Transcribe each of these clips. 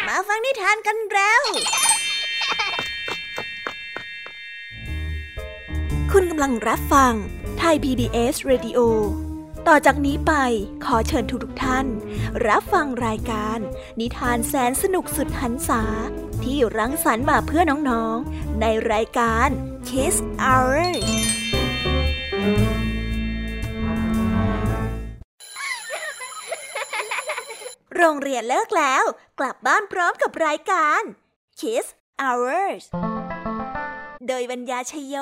มาฟังนิทานกันแล้วคุณกำลังรับฟังไทย PBS Radio ต่อจากนี้ไปขอเชิญทุกท่านรับฟังรายการนิทานแสนสนุกสุดหรรษาที่รังสรรค์มาเพื่อน้องๆในรายการ Kids Hourโรงเรียนเลิกแล้วกลับบ้านพร้อมกับรายการ Kids Hours โดยบรรยาชโย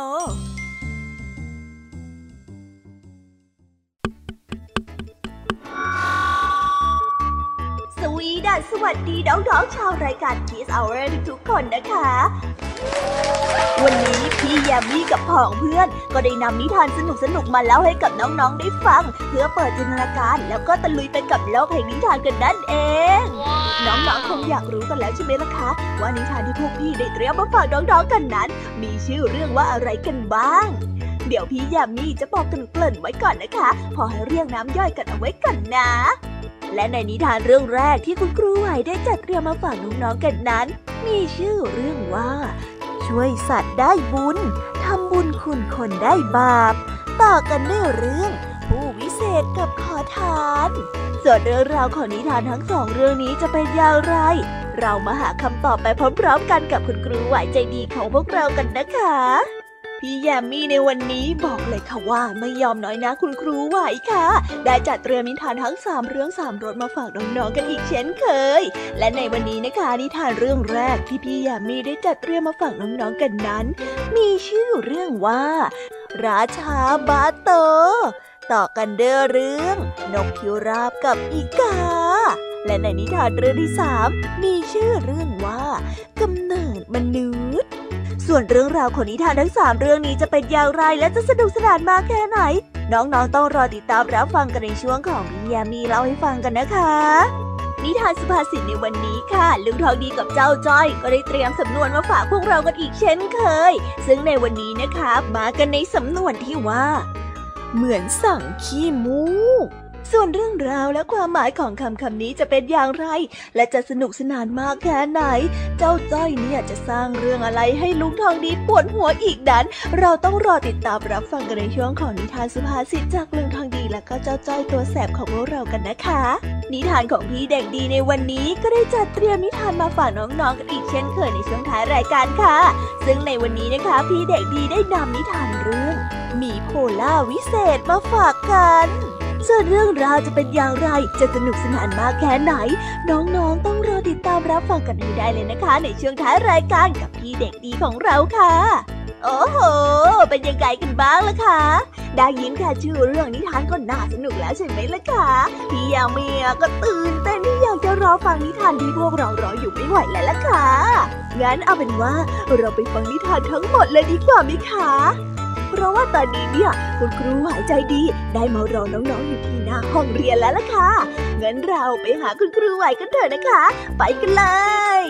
สวัสดีน้องๆชาวรายการ Kids Hour ทุกๆคนนะคะวันนี้พี่แยมมี่กับพ้องเพื่อนก็ได้นำนิทานสนุกๆมาเล่าให้กับน้องๆได้ฟังเพื่อเปิดจินตนาการแล้วก็ตะลุยไปกับโลกแห่งนิทานกันนั่นเองน้องๆคงอยากรู้กันแล้วใช่ไหมล่ะคะว่านิทานที่พวกพี่ได้เตรียมมาฝากน้องๆกันนั้นมีชื่อเรื่องว่าอะไรกันบ้างเดี๋ยวพี่แยมมี่จะบอกเกริ่นๆไว้ก่อนนะคะพอให้เรียงน้ำย่อยกันเอาไว้ก่อนนะและในนิทานเรื่องแรกที่คุณครูไหวได้จัดเตรียมมาฝากน้องๆกันนั้นมีชื่อเรื่องว่าช่วยสัตว์ได้บุญทำบุญคุณคนได้บาปต่อกันด้วยเรื่องผู้วิเศษกับขอทานส่วนเรื่องราวของนิทานทั้งสองเรื่องนี้จะเป็นอย่างไรเรามาหาคำตอบไปพร้อมๆกันกับคุณครูไหวใจดีของพวกเรากันนะคะพี่แยมมี่ในวันนี้บอกเลยค่ะว่าไม่ยอมน้อยนะคุณครูไหวค่ะได้จัดเตรียมนิทานทั้ง3เรื่อง3รสมาฝากน้องๆกันอีกเช่นเคยและในวันนี้นะคะนิทานเรื่องแรกที่พี่แยมมี่ได้จัดเตรียมมาฝากน้องๆกันนั้นมีชื่อเรื่องว่าราชาบาโตต่อกันด้วยเรื่องนกพิราบกับอีกาและในนิทานเรื่องที่3มีชื่อเรื่องว่ากำเนิดมนุษย์ส่วนเรื่องราวของนิทานทั้ง3เรื่องนี้จะเป็นอย่างไรและจะสนุกสนานมากแค่ไหนน้องๆต้องรอติดตามรับฟังกันในช่วงของพี่แยมมี่เล่าให้ฟังกันนะคะนิทานสุภาษิตในวันนี้ค่ะลุงทองดีกับเจ้าจ้อยก็ได้เตรียมสำนวนมาฝากพวกเรากันอีกเช่นเคยซึ่งในวันนี้นะคะมากันในสำนวนที่ว่าเหมือนสั่งขี้มูกส่วนเรื่องราวและความหมายของคำนี้จะเป็นอย่างไรและจะสนุกสนานมากแค่ไหนเจ้าจ้อยเนี่ยจะสร้างเรื่องอะไรให้ลุงทองดีปวดหัวอีกนั้นเราต้องรอติดตามรับฟังกันในช่วงของนิทานสุภาษิตจากลุงทองดีและก็เจ้าจ้อยตัวแสบของพวกเรากันนะคะนิทานของพี่เด็กดีในวันนี้ก็ได้จัดเตรียมนิทานมาฝากน้องๆกันอีกเช่นเคยในช่วงท้ายรายการค่ะซึ่งในวันนี้นะคะพี่เด็กดีได้นำนิทานเรื่องหมีโพล่าวิเศษมาฝากกันส่วนเรื่องราวจะเป็นอย่างไรจะสนุกสนานมากแค่ไหนน้องๆต้องรอติดตามรับฟังกันให้ได้เลยนะคะในช่วงท้ายรายการกับพี่เด็กดีของเราค่ะโอ้โหเป็นยังไงกันบ้างล่ะคะได้ยินแค่ชื่อเรื่องนิทานก็น่าสนุกแล้วใช่ไหมล่ะคะพี่ยามีก็ตื่นเต้นที่อยากจะรอฟังนิทานที่พวกเรารออยู่ไม่ไหวแล้วล่ะค่ะงั้นเอาเป็นว่าเราไปฟังนิทานทั้งหมดเลยดีกว่าไหมคะเพราะว่าตอนนี้เนี่ยคุณครูหายใจดีได้มารอน้องๆอยู่ที่หน้าห้องเรียนแล้วล่ะค่ะงั้นเราไปหาคุณครูไหวกันเถอะนะคะไปกันเลย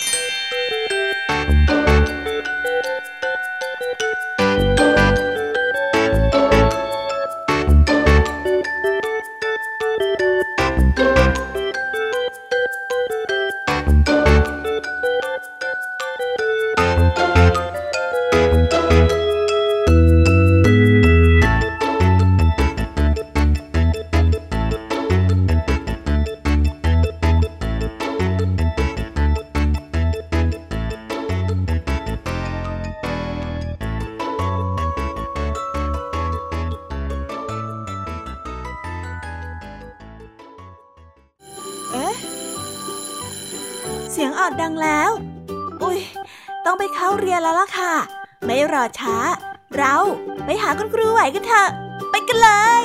เสียงออดดังแล้วอุ๊ยต้องไปเข้าเรียนแล้วล่ะค่ะไม่รอช้าเราไปหาคุณครูไหวกันเถอะไปกันเลย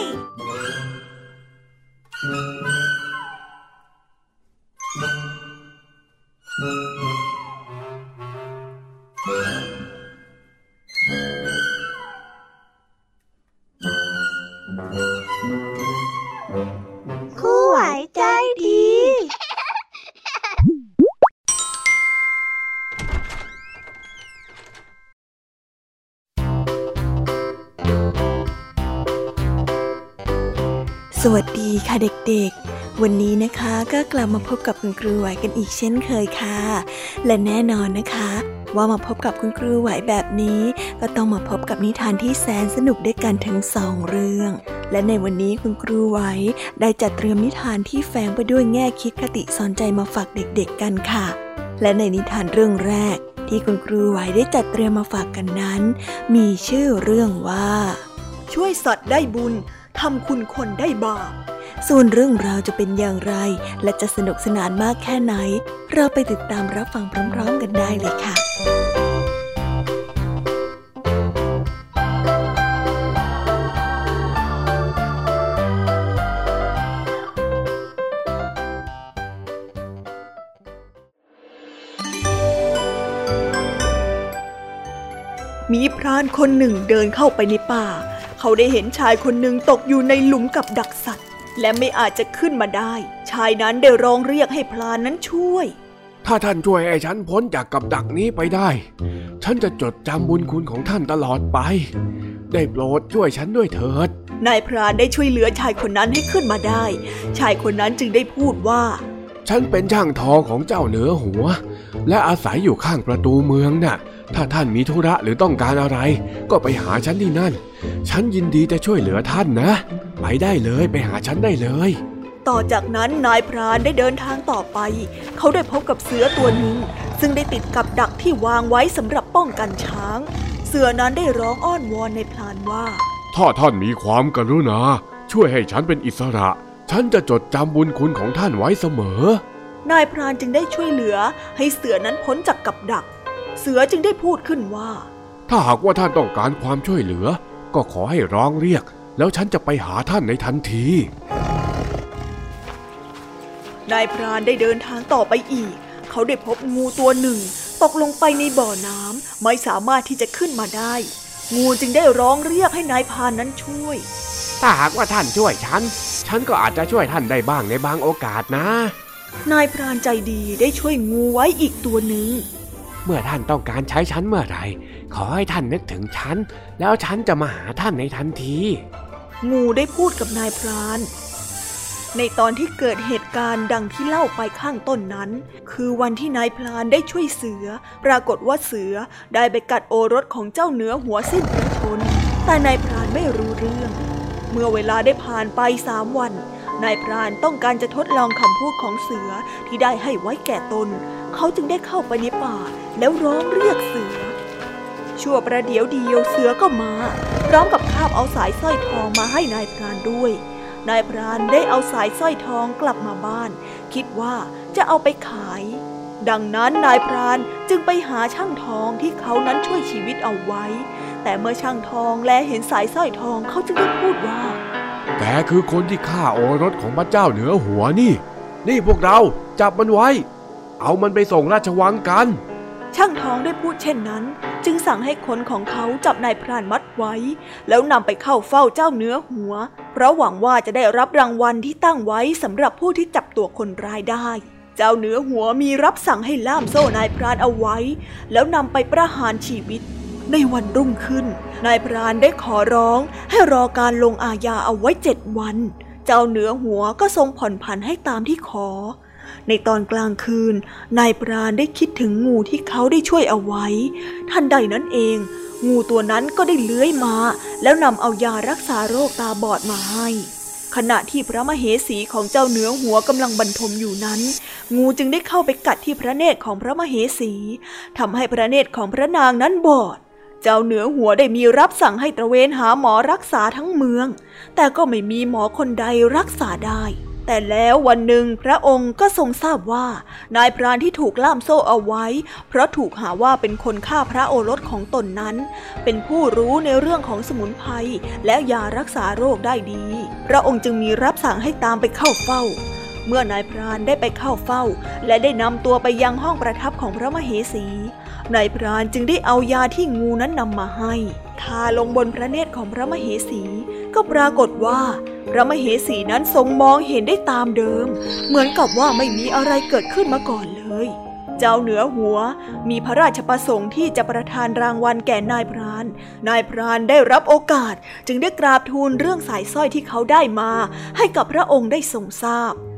ครูไหวใจดี สวัสดีค่ะเด็กวันนี้นะคะก็กลับมาพบกับคุณครูไหวกันอีกเช่นเคยค่ะและแน่นอนนะคะว่ามาพบกับคุณครูไหวแบบนี้ก็ต้องมาพบกับนิทานที่แสนสนุกด้วยกันทั้ง2เรื่องและในวันนี้คุณครูไหวได้จัดเตรียมนิทานที่แฝงไปด้วยแง่คิดคติสอนใจมาฝากเด็กๆกันค่ะและในนิทานเรื่องแรกที่คุณครูไหวได้จัดเตรียมมาฝากกันนั้นมีชื่อเรื่องว่าช่วยสัตว์ได้บุญทำคุณคนได้บาปส่วนเรื่องราวจะเป็นอย่างไรและจะสนุกสนานมากแค่ไหนเราไปติดตามรับฟังพร้อมๆกันได้เลยค่ะมีพรานคนหนึ่งเดินเข้าไปในป่าเขาได้เห็นชายคนหนึ่งตกอยู่ในหลุมกับดักสัตว์และไม่อาจจะขึ้นมาได้ชายนั้นได้ร้องเรียกให้พรานนั้นช่วยถ้าท่านช่วยให้ฉันพ้นจากกับดักนี้ไปได้ฉันจะจดจำบุญคุณของท่านตลอดไปได้โปรดช่วยฉันด้วยเถิดนายพรานได้ช่วยเหลือชายคนนั้นให้ขึ้นมาได้ชายคนนั้นจึงได้พูดว่าฉันเป็นช่างทองของเจ้าเหนือหัวและอาศัยอยู่ข้างประตูเมืองน่ะถ้าท่านมีธุระหรือต้องการอะไรก็ไปหาฉันที่นั่นฉันยินดีจะช่วยเหลือท่านนะไปได้เลยไปหาฉันได้เลยต่อจากนั้นนายพรานได้เดินทางต่อไปเขาได้พบกับเสือตัวหนึ่งซึ่งได้ติดกับดักที่วางไว้สำหรับป้องกันช้างเสือนั้นได้ร้องอ้อนวอนในพรานว่าถ้าท่านมีความกรุณาช่วยให้ฉันเป็นอิสระฉันจะจดจำบุญคุณของท่านไว้เสมอนายพรานจึงได้ช่วยเหลือให้เสือนั้นพ้นจากกับดักเสือจึงได้พูดขึ้นว่าถ้าหากว่าท่านต้องการความช่วยเหลือก็ขอให้ร้องเรียกแล้วฉันจะไปหาท่านในทันทีนายพรานได้เดินทางต่อไปอีกเขาได้พบงูตัวหนึ่งตกลงไปในบ่อน้ำไม่สามารถที่จะขึ้นมาได้งูจึงได้ร้องเรียกให้นายพรานนั้นช่วยถ้าหากว่าท่านช่วยฉันก็อาจจะช่วยท่านได้บ้างในบางโอกาสนะนายพรานใจดีได้ช่วยงูไว้อีกตัวหนึ่งเมื่อท่านต้องการใช้ฉันเมื่อไหร่ขอให้ท่านนึกถึงฉันแล้วฉันจะมาหาท่านในทันทีงูได้พูดกับนายพรานในตอนที่เกิดเหตุการณ์ดังที่เล่าไปข้างต้นนั้นคือวันที่นายพรานได้ช่วยเสือปรากฏว่าเสือได้ไปกัดโอรสของเจ้าเหนือหัวสิ้นพระชนแต่นายพรานไม่รู้เรื่องเมื่อเวลาได้ผ่านไป3 วันนายพรานต้องการจะทดลองคำพูดของเสือที่ได้ให้ไว้แก่ตนเขาจึงได้เข้าไปในป่าแล้วร้องเรียกเสือชั่วประเดี๋ยวเดียวเสือก็มาพร้อมกับคาบเอาสายสร้อยทองมาให้นายพรานด้วยนายพรานได้เอาสายสร้อยทองกลับมาบ้านคิดว่าจะเอาไปขายดังนั้นนายพรานจึงไปหาช่างทองที่เขานั้นช่วยชีวิตเอาไว้แต่เมื่อช่างทองแลเห็นสายสร้อยทองเขาจึงได้พูดว่าแกคือคนที่ฆ่าโอรสของพระเจ้าเหนือหัวนี่พวกเราจับมันไว้เอามันไปส่งราชวังกันช่างทองได้พูดเช่นนั้นจึงสั่งให้คนของเขาจับนายพรานมัดไว้แล้วนำไปเข้าเฝ้าเจ้าเนื้อหัวเพราะหวังว่าจะได้รับรางวัลที่ตั้งไว้สำหรับผู้ที่จับตัวคนร้ายได้เจ้าเนื้อหัวมีรับสั่งให้ล่ามโซ่นายพรานเอาไว้แล้วนำไปประหารชีวิตในวันรุ่งขึ้นนายพรานได้ขอร้องให้รอการลงอาญาเอาไว้7 วันเจ้าเนื้อหัวก็ทรงผ่อนผันให้ตามที่ขอในตอนกลางคืนนายพรานได้คิดถึงงูที่เขาได้ช่วยเอาไว้ทันใดนั้นเองงูตัวนั้นก็ได้เลื้อยมาแล้วนำเอายารักษาโรคตาบอดมาให้ขณะที่พระมเหสีของเจ้าเนื้อหัวกำลังบรรทมอยู่นั้นงูจึงได้เข้าไปกัดที่พระเนตรของพระมเหสีทำให้พระเนตรของพระนางนั้นบอดเจ้าเนื้อหัวได้มีรับสั่งให้ตระเวนหาหมอรักษาทั้งเมืองแต่ก็ไม่มีหมอคนใดรักษาได้แต่แล้ววันหนึ่งพระองค์ก็ทรงทราบว่านายพรานที่ถูกล่ามโซ่เอาไว้เพราะถูกหาว่าเป็นคนฆ่าพระโอรสของตนนั้นเป็นผู้รู้ในเรื่องของสมุนไพรและยารักษาโรคได้ดีพระองค์จึงมีรับสั่งให้ตามไปเข้าเฝ้าเมื่อนายพรานได้ไปเข้าเฝ้าและได้นำตัวไปยังห้องประทับของพระมเหสีนายพรานจึงได้เอายาที่งูนั้นนำมาให้ทาลงบนพระเนตรของพระมเหสีก็ปรากฏว่าพระมเหสีนั้นทรงมองเห็นได้ตามเดิมเหมือนกับว่าไม่มีอะไรเกิดขึ้นมาก่อนเลยเจ้าเหนือหัวมีพระราชประสงค์ที่จะประทานรางวัลแก่นายพรานได้รับโอกาสจึงได้กราบทูลเรื่องสายสร้อยที่เขาได้มาให้กับพระองค์ได้ทรงทราบ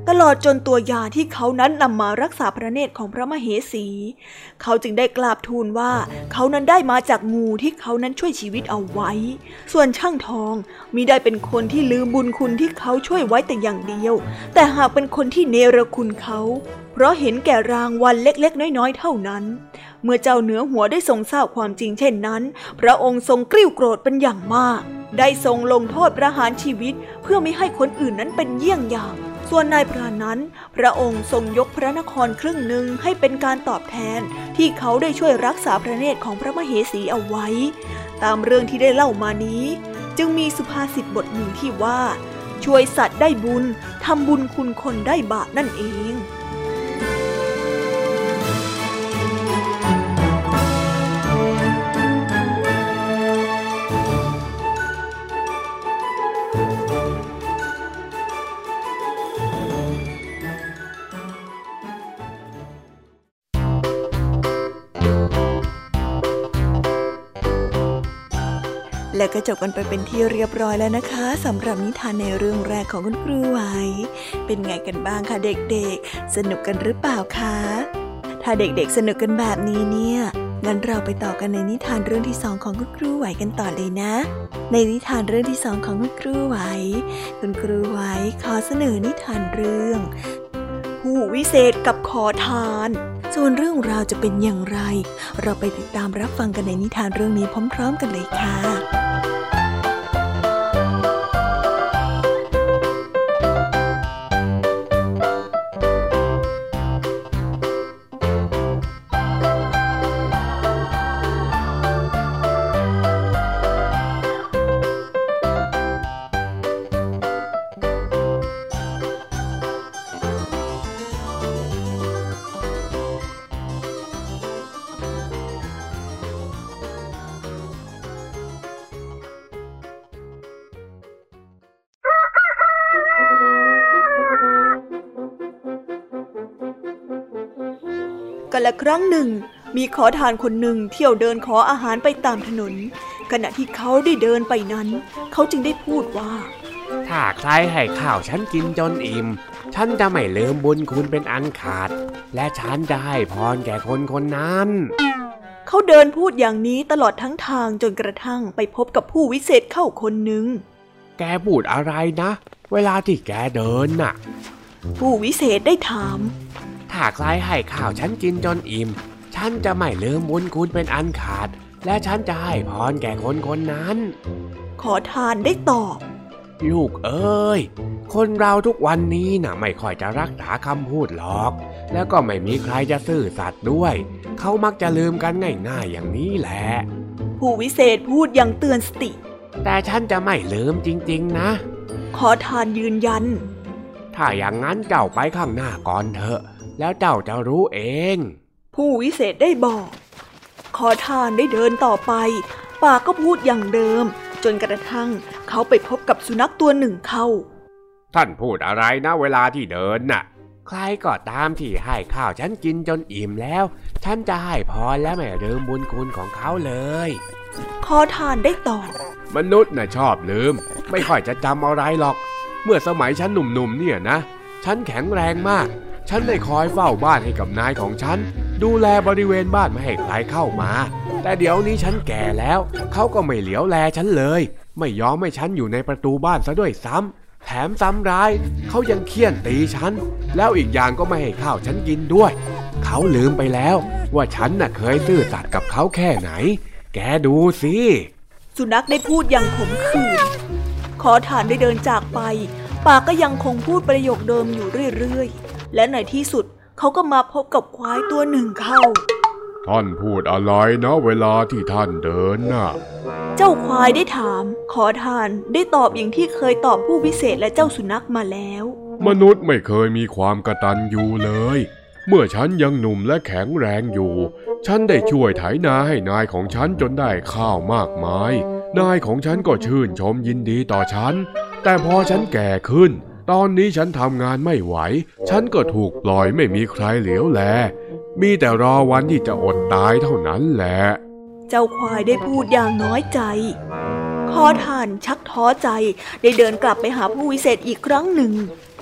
ตลอดจนตัวยาที่เขานั้นนำมารักษาพระเนตรของพระมเหสีเขาจึงได้กราบทูลว่าเขานั้นได้มาจากงูที่เขานั้นช่วยชีวิตเอาไว้ส่วนช่างทองมิได้เป็นคนที่ลืมบุญคุณที่เขาช่วยไว้แต่อย่างเดียวแต่หากเป็นคนที่เนรคุณเขาเพราะเห็นแก่รางวัลเล็กๆน้อยๆเท่านั้นเมื่อเจ้าเหนือหัวได้ทรงทราบความจริงเช่นนั้นพระองค์ทรงกริ้วโกรธเป็นอย่างมากได้ทรงลงโทษประหารชีวิตเพื่อไม่ให้คนอื่นนั้นเป็นเยี่ยงอย่างส่วนนายพรานนั้นพระองค์ทรงยกพระนครครึ่งหนึ่งให้เป็นการตอบแทนที่เขาได้ช่วยรักษาพระเนตรของพระมเหสีเอาไว้ตามเรื่องที่ได้เล่ามานี้จึงมีสุภาษิตบทหนึ่งที่ว่าช่วยสัตว์ได้บุญทำบุญคุณคนได้บาปนั่นเองและก็จบกันไปเป็นที่เรียบร้อยแล้วนะคะสำหรับนิทานในเรื่องแรกของคุณครูไหวเป็นไงกันบ้างคะเด็กๆสนุกกันหรือเปล่าคะถ้าเด็กๆสนุกกันแบบนี้เนี่ยงั้นเราไปต่อกันในนิทานเรื่องที่2ของคุณครูไหวกันต่อเลยนะในนิทานเรื่องที่2ของคุณครูไหวคุณครูไหวขอเสนอนิทานเรื่องผู้วิเศษกับขอทานส่วนเรื่องราวจะเป็นอย่างไรเราไปติดตามรับฟังกันในนิทานเรื่องนี้พร้อมๆกันเลยค่ะกันละครั้งหนึ่งมีขอทานคนหนึ่งเที่ยวเดินขออาหารไปตามถนนขณะที่เขาได้เดินไปนั้นเขาจึงได้พูดว่าถ้าใครให้ข้าวฉันกินจนอิ่มฉันจะไม่ลืมบุญคุณเป็นอันขาดและฉันจะให้พรแก่คนคนนั้นเขาเดินพูดอย่างนี้ตลอดทั้งทางจนกระทั่งไปพบกับผู้วิเศษเข้าคนหนึ่งแกพูดอะไรนะเวลาที่แกเดินน่ะผู้วิเศษได้ถามถ้าใครให้ข้าวฉันกินจนอิ่มฉันจะไม่ลืมบุญคุณเป็นอันขาดและฉันจะให้พรแก่คนคนนั้นขอทานได้ตอบลูกเอ้ยคนเราทุกวันนี้น่ะไม่ค่อยจะรักษาคำพูดหรอกแล้วก็ไม่มีใครจะซื่อสัตย์ด้วยเขามักจะลืมกันง่ายๆอย่างนี้แหละผู้วิเศษพูดอย่างเตือนสติแต่ฉันจะไม่ลืมจริงๆนะขอทานยืนยันถ้าอย่างนั้นเจ้าไปข้างหน้าก่อนเถอะแล้วเจ้าจะรู้เองผู้วิเศษได้บอกขอทานได้เดินต่อไปปากก็พูดอย่างเดิมจนกระทั่งเขาไปพบกับสุนัขตัวหนึ่งเข้าท่านพูดอะไรนะเวลาที่เดินน่ะใครก็ตามที่ให้ข้าวฉันกินจนอิ่มแล้วฉันจะให้พรและไม่ลืมบุญคุณของเขาเลยขอทานได้ตอบมนุษย์น่ะชอบลืมไม่ค่อยจะจำอะไรหรอกเมื่อสมัยฉันหนุ่มๆเนี่ยนะฉันแข็งแรงมากฉันได้คอยเฝ้าบ้านให้กับนายของฉันดูแลบริเวณบ้านไม่ให้ใครเข้ามาแต่เดี๋ยวนี้ฉันแก่แล้วเขาก็ไม่เหลียวแลฉันเลยไม่ยอมให้ฉันอยู่ในประตูบ้านซะด้วยซ้ำแถมซ้ำร้ายเขายังเฆี่ยนตีฉันแล้วอีกอย่างก็ไม่ให้ข้าวฉันกินด้วยเขาลืมไปแล้วว่าฉันน่ะเคยซื่อสัตย์กับเขาแค่ไหนแกดูสิสุนัขได้พูดอย่างขมขื่นขอทานได้เดินจากไปปากก็ยังคงพูดประโยคเดิมอยู่เรื่อยๆและในที่สุดเขาก็มาพบกับควายตัวหนึ่งเข้าท่านพูดอะไรนะเวลาที่ท่านเดินน่ะเจ้าควายได้ถามขอทานได้ตอบอย่างที่เคยตอบผู้วิเศษและเจ้าสุนัขมาแล้วมนุษย์ไม่เคยมีความกตัญญูเลยเมื่อฉันยังหนุ่มและแข็งแรงอยู่ฉันได้ช่วยไถนาให้นายของฉันจนได้ข้าวมากมายนายของฉันก็ชื่นชมยินดีต่อฉันแต่พอฉันแก่ขึ้นตอนนี้ฉันทำงานไม่ไหวฉันก็ถูกปล่อยไม่มีใครเหลียวแลมีแต่รอวันที่จะอดตายเท่านั้นแหละเจ้าควายได้พูดอย่างน้อยใจขอทานชักท้อใจได้เดินกลับไปหาผู้วิเศษอีกครั้งหนึ่งผ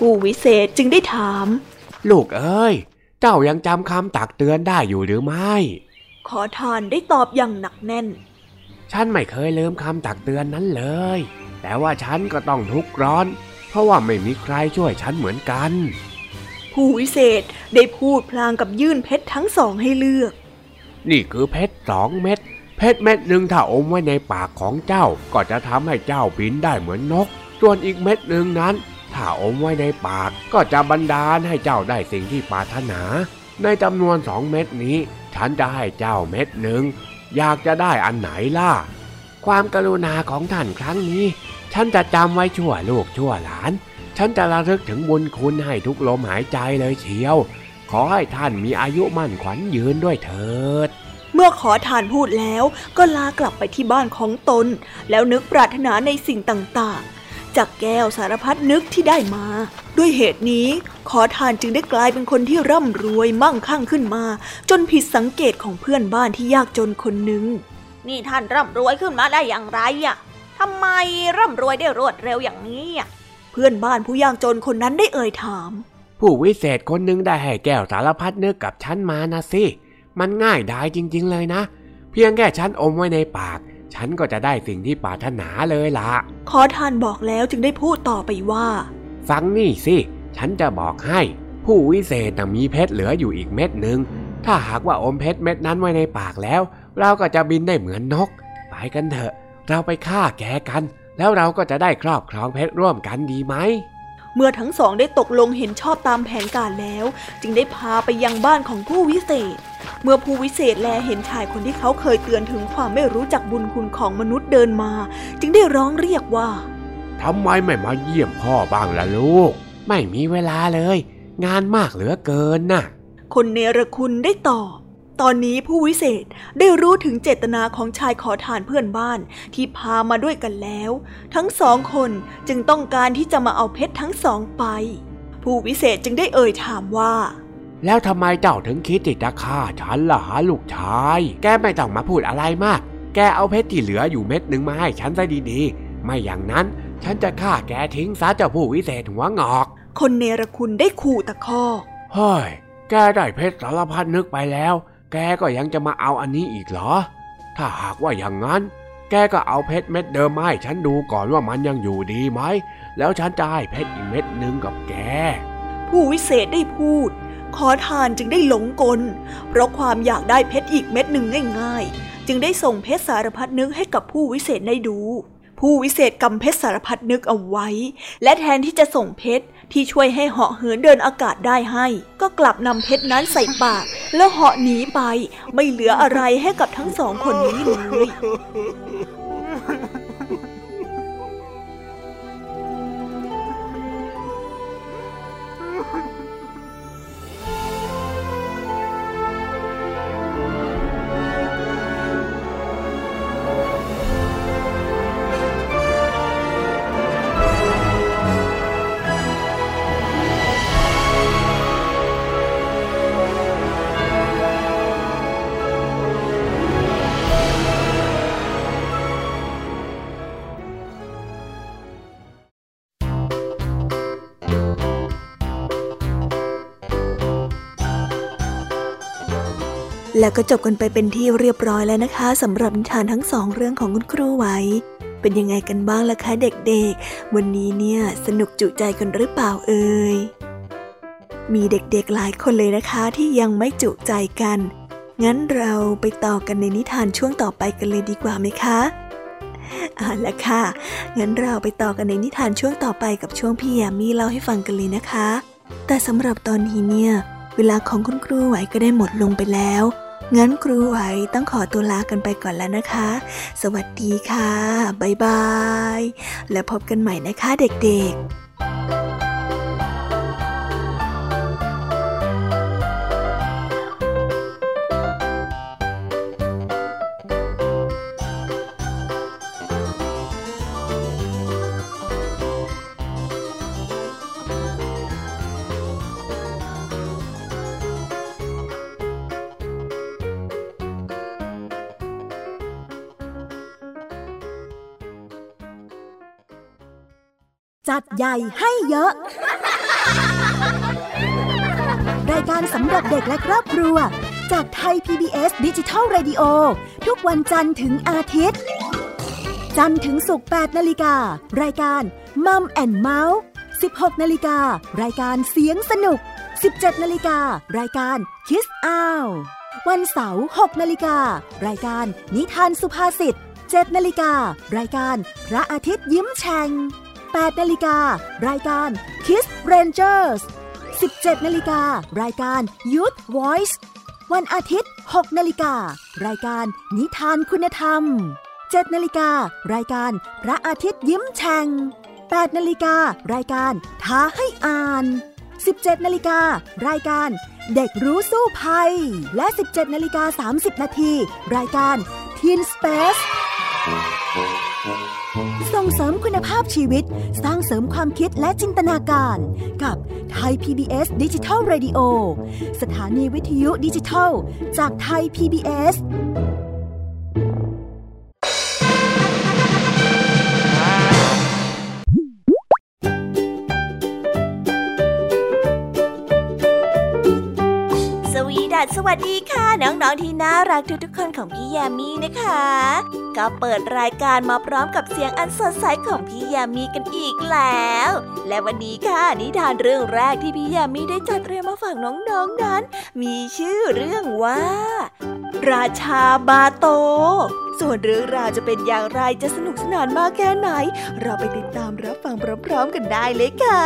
ผู้วิเศษจึงได้ถามลูกเอ้ยเจ้ายังจำคำตักเตือนได้อยู่หรือไม่ขอทานได้ตอบอย่างหนักแน่นฉันไม่เคยลืมคำตักเตือนนั้นเลยแต่ว่าฉันก็ต้องทุกข์ร้อนเพราะว่าไม่มีใครช่วยฉันเหมือนกันผู้วิเศษได้พูดพลางกับยื่นเพชรทั้งสองให้เลือกนี่คือเพชร2 เม็ดเพชรเม็ดหนึ่งถ้าอมไว้ในปากของเจ้าก็จะทำให้เจ้าบินได้เหมือนนกส่วนอีกเม็ดหนึ่งนั้นถ้าอมไว้ในปากก็จะบันดาลให้เจ้าได้สิ่งที่ปรารถนาในจำนวน2 เม็ดนี้ฉันจะให้เจ้าเม็ดหนึ่งอยากจะได้อันไหนล่ะความกรุณาของท่านครั้งนี้ฉันจะจำไว้ชั่วลูกชั่วหลานฉันจะระลึกถึงบุญคุณให้ทุกลมหายใจเลยเชียวขอให้ท่านมีอายุมั่นขวัญยืนด้วยเถิดเมื่อขอทานพูดแล้วก็ลากลับไปที่บ้านของตนแล้วนึกปรารถนาในสิ่งต่างๆจากแก้วสารพัดนึกที่ได้มาด้วยเหตุนี้ขอทานจึงได้กลายเป็นคนที่ร่ำรวยมั่งคั่งขึ้นมาจนผิดสังเกตของเพื่อนบ้านที่ยากจนคนหนึ่งนี่ท่านร่ำรวยขึ้นมาได้อย่างไรอ่ะทำไมร่ำรวยได้รวดเร็วอย่างนี้อ่ะเพื่อนบ้านผู้ยากจนคนนั้นได้เอ่ยถามผู้วิเศษคนหนึ่งได้ให้แก้วสารพัดนึกกับฉันมานะสิมันง่ายดายจริงๆเลยนะเพียงแค่ฉันอมไว้ในปากฉันก็จะได้สิ่งที่ปรารถนาเลยล่ะขอทานบอกแล้วจึงได้พูดต่อไปว่าฟังนี่สิฉันจะบอกให้ผู้วิเศษมีเพชรเหลืออยู่อีกเม็ดหนึ่งถ้าหากว่าอมเพชรเม็ดนั้นไว้ในปากแล้วเราก็จะบินได้เหมือนนกไปกันเถอะเราไปฆ่าแกกันแล้วเราก็จะได้ครอบครองเพชรร่วมกันดีไหมเมื่อทั้งสองได้ตกลงเห็นชอบตามแผนการแล้วจึงได้พาไปยังบ้านของผู้วิเศษเมื่อผู้วิเศษแลเห็นชายคนที่เขาเคยเตือนถึงความไม่รู้จักบุญคุณของมนุษย์เดินมาจึงได้ร้องเรียกว่าทำไมไม่มาเยี่ยมพ่อบ้างล่ะลูกไม่มีเวลาเลยงานมากเหลือเกินน่ะคนเนรคุณได้ตอบตอนนี้ผู้วิเศษได้รู้ถึงเจตนาของชายขอทานเพื่อนบ้านที่พามาด้วยกันแล้วทั้งสองคนจึงต้องการที่จะมาเอาเพชรทั้งสองไปผู้วิเศษจึงได้เอ่ยถามว่าแล้วทำไมเจ้าถึงคิดที่จะฆ่าฉันล่ะลูกชายแกไม่ต้องมาพูดอะไรมากแกเอาเพชรที่เหลืออยู่เม็ดหนึ่งมาให้ฉันซะดีๆไม่อย่างนั้นฉันจะฆ่าแกทิ้งซะเจ้าผู้วิเศษหัวงอกคนเนรคุณได้ขู่ตะคอกเฮ้ยแกได้เพชรสารพัดนึกไปแล้วแกก็ยังจะมาเอาอันนี้อีกเหรอถ้าหากว่าอย่างนั้นแกก็เอาเพชรเม็ดเดิมมาให้ฉันดูก่อนว่ามันยังอยู่ดีไหมแล้วฉันจะให้เพชรอีกเม็ดนึงกับแกผู้วิเศษได้พูดขอทานจึงได้หลงกลเพราะความอยากได้เพชรอีกเม็ดหนึ่งง่ายๆจึงได้ส่งเพชรสารพัดนึกให้กับผู้วิเศษได้ดูผู้วิเศษกำเพชรสารพัดนึกเอาไว้และแทนที่จะส่งเพชรที่ช่วยให้เหาะเหินเดินอากาศได้ให้ก็กลับนำเพชรนั้นใส่ปากแล้วเหาะหนีไปไม่เหลืออะไรให้กับทั้งสองคนนี้เลยแล้วก็จบกันไปเป็นที่เรียบร้อยแล้วนะคะสำหรับนิทานทั้งสองเรื่องของคุณครูไหวเป็นยังไงกันบ้างล่ะคะเด็กๆวันนี้เนี่ยสนุกจุใจกันหรือเปล่าเอ่ยมีเด็กๆหลายคนเลยนะคะที่ยังไม่จุใจกันงั้นเราไปต่อกันในนิทานช่วงต่อไปกันเลยดีกว่าไหมคะเอาล่ะค่ะงั้นเราไปต่อกันในนิทานช่วงต่อไปกับช่วงพี่ยามีเล่าให้ฟังกันเลยนะคะแต่สำหรับตอนนี้เนี่ยเวลาของคุณครูไหวก็ได้หมดลงไปแล้วงั้นครูไหวต้องขอตัวลากันไปก่อนแล้วนะคะสวัสดีค่ะบ๊ายบายแล้วพบกันใหม่นะคะเด็กๆจัดใหญ่ให้เยอะรายการสำหรับเด็กและครอบครัวจากไทย PBS Digital Radio ทุกวันจันทร์ถึงอาทิตย์จันทร์ถึงศุกร์ 8 นาฬิการายการ Mum and Mouse 16 นาฬิการายการเสียงสนุก 17 นาฬิการายการ Kiss Out วันเสาร์ 6 นาฬิการายการนิทานสุภาษิต 7 นาฬิการายการพระอาทิตย์ยิ้มแฉ่ง 8 นาฬิการายการ Kiss Rangers 17 นาฬิการายการ Youth Voice วันอาทิตย์ 6 นาฬิการายการนิทานคุณธรรม 7 นาฬิการายการพระอาทิตย์ยิ้มแฉ่ง 8 นาฬิการายการท้าให้อ่าน 17 นาฬิการายการเด็กรู้สู้ภัยและ 17 นาฬิกา 30 นาทีรายการ Teen Space ส่งเสริมคุณภาพชีวิตสร้างเสริมความคิดและจินตนาการกับไทย PBS Digital Radio สถานีวิทยุดิจิทัลจากไทย PBS สวัสดีค่ะน้องๆที่น่ารักทุกๆคนของพี่แยมมี่นะคะก็เปิดรายการมาพร้อมกับเสียงอันสดใสของพี่แยมมี่กันอีกแล้วและวันนี้ค่ะนิทานเรื่องแรกที่พี่แยมมี่ได้จัดเตรียมมาฝากน้องๆนั้นมีชื่อเรื่องว่าราชาบาโตส่วนเรื่องราวจะเป็นอย่างไรจะสนุกสนานมากแค่ไหนเราไปติดตามรับฟังพร้อมๆกันได้เลยค่ะ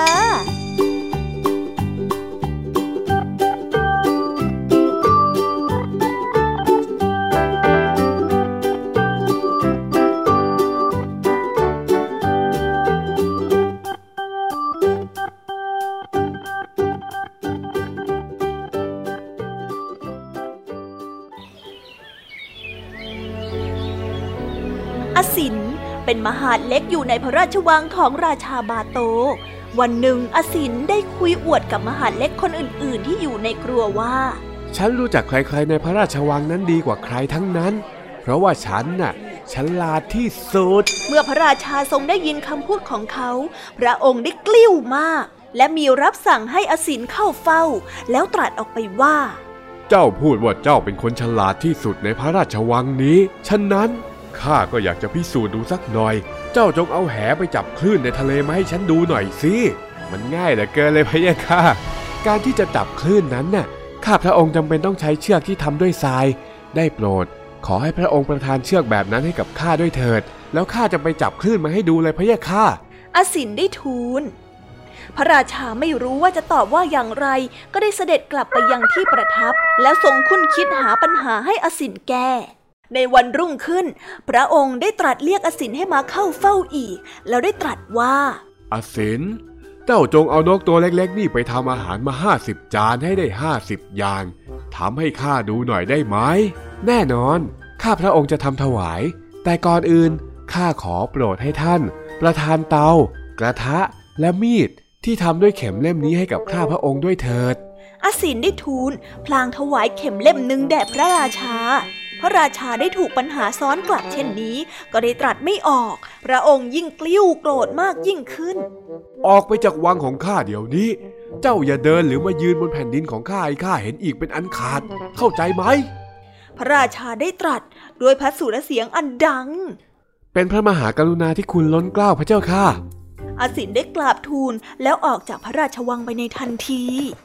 อสินเป็นมหาดเล็กอยู่ในพระราชวังของราชาบาโตวันหนึ่งอสินได้คุยอวดกับมหาดเล็กคนอื่นๆที่อยู่ในครัวว่าฉันรู้จักใครๆในพระราชวังนั้นดีกว่าใครทั้งนั้นเพราะว่าฉันน่ะฉลาดที่สุดเมื่อพระราชาทรงได้ยินคำพูดของเขาพระองค์ได้กลิ้วมากและมีรับสั่งให้อสินเข้าเฝ้าแล้วตรัสออกไปว่าเจ้าพูดว่าเจ้าเป็นคนฉลาดที่สุดในพระราชวังนี้ฉะนั้นข้าก็อยากจะพิสูจน์ดูสักหน่อยเจ้าจงเอาแหไปจับคลื่นในทะเลมาให้ฉันดูหน่อยสิมันง่ายเหลือเกินเลยพะยะค่ะการที่จะจับคลื่นนั้นน่ะข้าพระองค์จำเป็นต้องใช้เชือกที่ทำด้วยทรายได้โปรดขอให้พระองค์ประทานเชือกแบบนั้นให้กับข้าด้วยเถิดแล้วข้าจะไปจับคลื่นมาให้ดูเลยพะยะค่ะอสินได้ทูลพระราชาไม่รู้ว่าจะตอบว่าอย่างไรก็ได้เสด็จกลับไปยังที่ประทับแล้วทรงคุ้นคิดหาปัญหาให้อสินแก้ในวันรุ่งขึ้นพระองค์ได้ตรัสเรียกอสินให้มาเข้าเฝ้าอีกแล้วได้ตรัสว่าอสินเจ้าจงเอานกตัวเล็กๆนี่ไปทำอาหารมา50 จานให้ได้50 อย่างทำให้ข้าดูหน่อยได้ไหมแน่นอนข้าพระองค์จะทำถวายแต่ก่อนอื่นข้าขอโปรดให้ท่านประทานเตากระทะและมีดที่ทำด้วยเข็มเล่มนี้ให้กับข้าพระองค์ด้วยเถิดอสินได้ทูลพลางถวายเข็มเล่มหนึ่งแด่พระราชาพระราชาได้ถูกปัญหาซ้อนกลับเช่นนี้ก็ได้ตรัสไม่ออกพระองค์ยิ่งกลิ้วโกรธมากยิ่งขึ้นออกไปจากวังของข้าเดี๋ยวนี้เจ้าอย่าเดินหรือมายืนบนแผ่นดินของข้าให้ข้าเห็นอีกเป็นอันขาดเข้าใจไหมพระราชาได้ตรัสด้วยพระสุรเสียงอันดังเป็นพระมหากรุณาที่คุณล้นเกล้าพระเจ้าค่ะอสินได้กราบทูลแล้วออกจากพระราชวังไปในทันที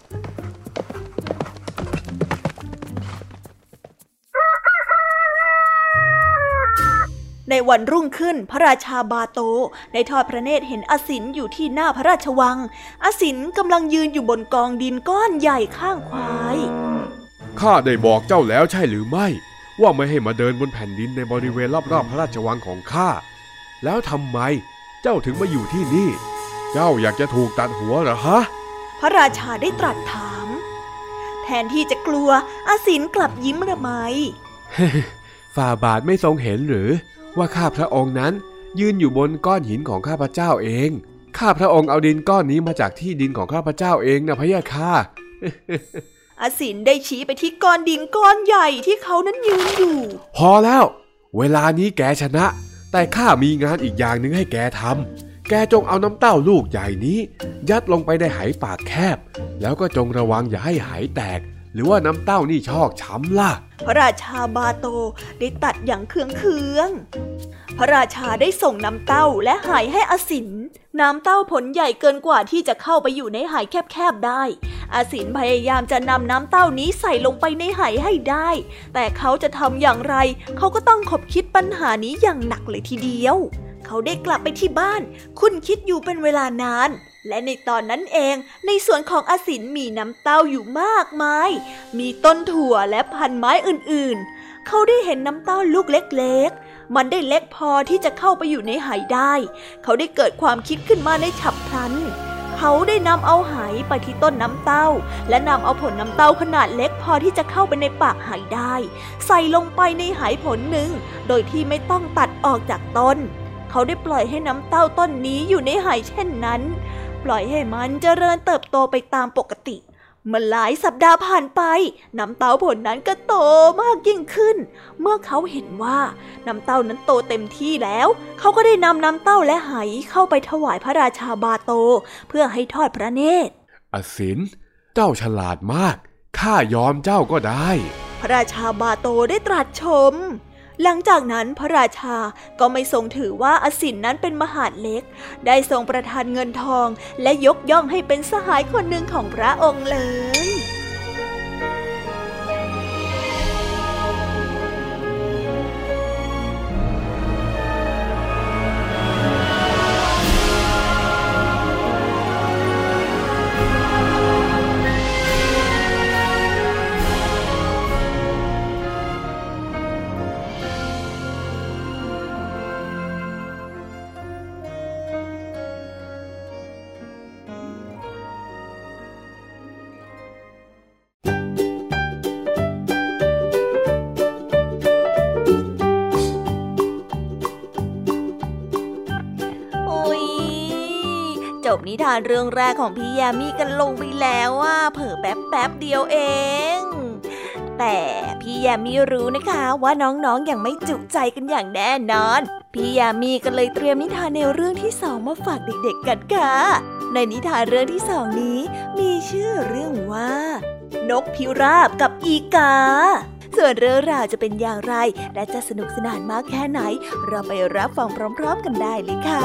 ในวันรุ่งขึ้นพระราชาบาโตได้ทอดพระเนตรเห็นอสินอยู่ที่หน้าพระราชวังอสินกำลังยืนอยู่บนกองดินก้อนใหญ่ข้างควายข้าได้บอกเจ้าแล้วใช่หรือไม่ว่าไม่ให้มาเดินบนแผ่นดินในบริเวณรอบๆพระราชวังของข้าแล้วทำไมเจ้าถึงมาอยู่ที่นี่เจ้าอยากจะถูกตัดหัวเหรอฮะพระราชาได้ตรัสถามแทนที่จะกลัวอสินกลับยิ้มระไมฝ่าบาทไม่ทรงเห็นหรือว่าข้าพระองค์นั้นยืนอยู่บนก้อนหินของข้าพเจ้าเองข้าพระองค์เอาดินก้อนนี้มาจากที่ดินของข้าพเจ้าเองนะพะยะค่ะอสินได้ชี้ไปที่ก้อนดินก้อนใหญ่ที่เขานั้นยืนอยู่พอแล้วเวลานี้แกชนะแต่ข้ามีงานอีกอย่างหนึ่งให้แกทำแกแกจงเอาน้ำเต้าลูกใหญ่นี้ยัดลงไปในไหปากแคบแล้วก็จงระวังอย่าให้ไหแตกหรือว่าน้ำเต้านี่ชอกช้ำล่ะพระราชาบาโตได้ตัดอย่างเคืองพระราชาได้ส่งน้ำเต้าและไหให้อสินน้ำเต้าผลใหญ่เกินกว่าที่จะเข้าไปอยู่ในไหแคบๆได้อสินพยายามจะนำน้ำเต้านี้ใส่ลงไปในไหให้ได้แต่เขาจะทำอย่างไรเขาก็ต้องคบคิดปัญหานี้อย่างหนักเลยทีเดียวเขาได้กลับไปที่บ้านคุ้นคิดอยู่เป็นเวลานานและในตอนนั้นเองในสวนของอสินมีน้ำเต้าอยู่มากมายมีต้นถั่วและพันไม้อื่นๆเขาได้เห็นน้ำเต้าลูกเล็กๆมันได้เล็กพอที่จะเข้าไปอยู่ในไหได้เขาได้เกิดความคิดขึ้นมาในฉับพลันเขาได้นำเอาไหไปที่ต้นน้ำเต้าและนำเอาผลน้ำเต้าขนาดเล็กพอที่จะเข้าไปในปากไหได้ใส่ลงไปในไหผลหนึ่งโดยที่ไม่ต้องตัดออกจากต้นเขาได้ปล่อยให้น้ำเต้าต้นนี้อยู่ในไหเช่นนั้นปล่อยให้มันเจริญเติบโตไปตามปกติเมื่อหลายสัปดาห์ผ่านไปน้ำเต้าผลนั้นก็โตมากยิ่งขึ้นเมื่อเขาเห็นว่าน้ำเต้านั้นโตเต็มที่แล้วเขาก็ได้นำน้ำเต้าและไหเข้าไปถวายพระราชาบาโตเพื่อให้ทอดพระเนตรอสินเจ้าฉลาดมากข้ายอมเจ้าก็ได้พระราชาบาโตได้ตรัสชมหลังจากนั้นพระราชาก็ไม่ทรงถือว่าอสินนั้นเป็นมหาดเล็กได้ทรงประทานเงินทองและยกย่องให้เป็นสหายคนหนึ่งของพระองค์เลยนิทานเรื่องแรกของพี่ยามีกันลงไปแล้วเผลอแป๊บเดียวเองแต่พี่ยามีรู้นะคะว่าน้องๆยังไม่จุใจกันอย่างแน่นอนพี่ยามีก็เลยเตรียมนิทานแนวเรื่องที่2มาฝากเด็กๆกันค่ะในนิทานเรื่องที่2นี้มีชื่อเรื่องว่านกพิราบกับอีกาส่วนเรื่องราวจะเป็นอย่างไรและจะสนุกสนานมากแค่ไหนเราไปรับฟังพร้อมๆกันได้เลยค่ะ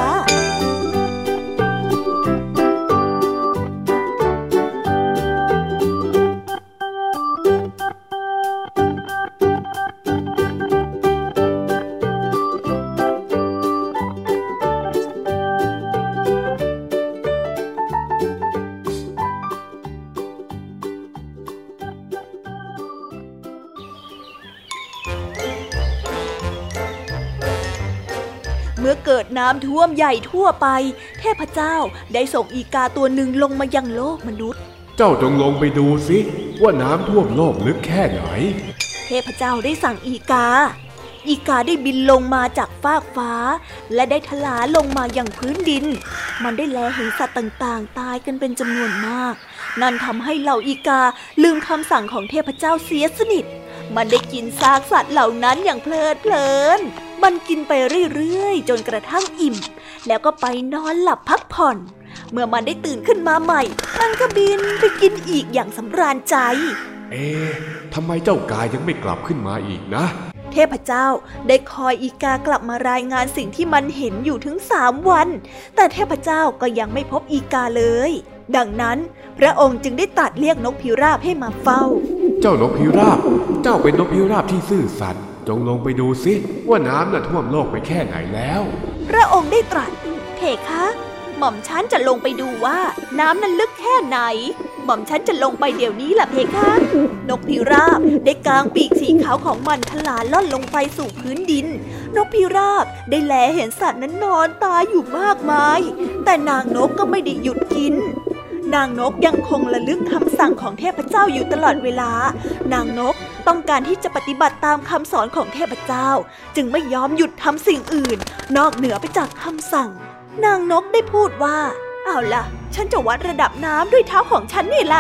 เมื่อเกิดน้ำท่วมใหญ่ทั่วไปเทพเจ้าได้ส่งอีกาตัวหนึ่งลงมายังโลกมนุษย์เจ้าจงลงไปดูสิว่าน้ำท่วมโลกลึกแค่ไหนเทพเจ้าได้สั่งอีกาได้บินลงมาจากฟากฟ้าและได้ทลาลงมายังพื้นดินมันได้แลเห็นสัตว์ต่างๆตายกันเป็นจำนวนมากนั่นทำให้เหล่าอีกาลืมคำสั่งของเทพเจ้าเสียสนิทมันได้กินซากสัตว์เหล่านั้นอย่างเพลินมันกินไปเรื่อยๆจนกระทั่งอิ่มแล้วก็ไปนอนหลับพักผ่อนเมื่อมันได้ตื่นขึ้นมาใหม่มันก็บินไปกินอีกอย่างสำราญใจทำไมเจ้ากายยังไม่กลับขึ้นมาอีกนะเทพเจ้าได้คอยอีกากลับมารายงานสิ่งที่มันเห็นอยู่ถึง3 วันแต่เทพเจ้าก็ยังไม่พบอีกาเลยดังนั้นพระองค์จึงได้ตรัสเรียกนกพิราบให้มาเฝ้าเจ้านกพิราบเจ้าเป็นนกพิราบที่ซื่อสัตย์จงลงไปดูสิว่าน้ำน่ะท่วมโลกไปแค่ไหนแล้วพระองค์ได้ตรัสเพคะหม่อมฉันจะลงไปดูว่าน้ำนั้นลึกแค่ไหนหม่อมฉันจะลงไปเดี๋ยวนี้ล่ะเพคะนกพิราบได้กางปีกสีขาวของมันทลาล่อนลงไปสู่พื้นดินนกพิราบได้แลเห็นสัตว์นั้นนอนตายอยู่มากมายแต่นางนกก็ไม่ได้หยุดกินนางนกยังคงระลึกคำสั่งของเทพเจ้าอยู่ตลอดเวลานางนกต้องการที่จะปฏิบัติตามคำสอนของเทพเจ้าจึงไม่ยอมหยุดทำสิ่งอื่นนอกเหนือไปจากคำสั่งนางนกได้พูดว่าเอาล่ะฉันจะวัดระดับน้ำด้วยเท้าของฉันนี่ละ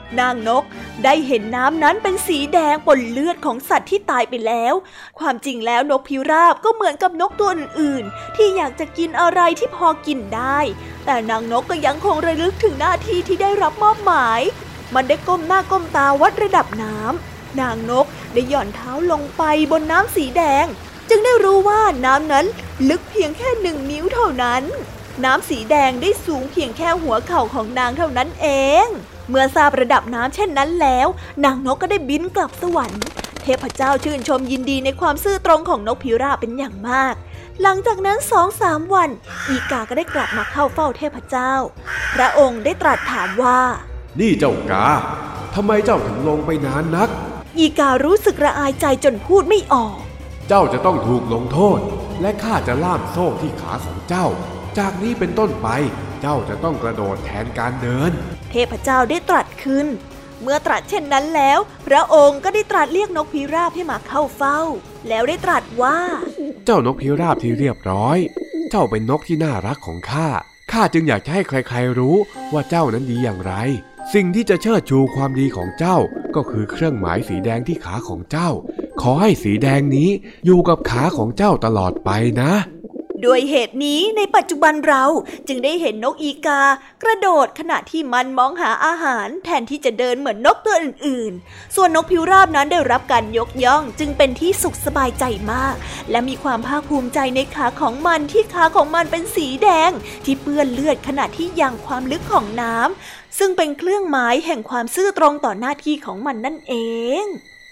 นางนกได้เห็นน้ำนั้นเป็นสีแดงปนเลือดของสัตว์ที่ตายไปแล้วความจริงแล้วนกพิราบก็เหมือนกับนกตัวอื่นๆที่อยากจะกินอะไรที่พอกินได้แต่นางนกก็ยังคงระลึกถึงหน้าที่ที่ได้รับมอบหมายมันได้ก้มหน้าก้มตาวัดระดับน้ำนางนกได้หย่อนเท้าลงไปบนน้ำสีแดงจึงได้รู้ว่าน้ำนั้นลึกเพียงแค่1 นิ้วเท่านั้นน้ำสีแดงได้สูงเพียงแค่หัวเข่าของนางเท่านั้นเองเมื่อทราบระดับน้ำเช่นนั้นแล้วนางนกก็ได้บินกลับสวรรค์เทพเจ้าชื่นชมยินดีในความซื่อตรงของนกพิราบเป็นอย่างมากหลังจากนั้น 2-3 วันอีกาก็ได้กลับมาเข้าเฝ้าเทพเจ้าพระองค์ได้ตรัสถามว่านี่เจ้ากาทำไมเจ้าถึงลงไปนานนักอีการู้สึกระอายใจจนพูดไม่ออกเจ้าจะต้องถูกลงโทษและข้าจะล่ามโซ่ที่ขาของเจ้าจากนี้เป็นต้นไปเจ้าจะต้องกระโดดแทนการเดินเทพเจ้าได้ตรัสขึ้นเมื่อตรัสเช่นนั้นแล้วพระองค์ก็ได้ตรัสเรียกนกพิราบให้มาเข้าเฝ้าแล้วได้ตรัสว่าเจ้านกพิราบที่เรียบร้อยเจ้าเป็นนกที่น่ารักของข้าจึงอยากจะให้ใครๆรู้ว่าเจ้านั้นดีอย่างไรสิ่งที่จะเชิดชูความดีของเจ้าก็คือเครื่องหมายสีแดงที่ขาของเจ้าขอให้สีแดงนี้อยู่กับขาของเจ้าตลอดไปนะด้วยเหตุนี้ในปัจจุบันเราจึงได้เห็นนกอีกากระโดดขณะที่มันมองหาอาหารแทนที่จะเดินเหมือนนกตัวอื่นๆส่วนนกพิราบนั้นได้รับการยกย่องจึงเป็นที่สุขสบายใจมากและมีความภาคภูมิใจในขาของมันที่ขาของมันเป็นสีแดงที่เปื้อนเลือดขณะที่ยังความลึกของน้ำซึ่งเป็นเครื่องหมายแห่งความซื่อตรงต่อหน้าที่ของมันนั่นเอง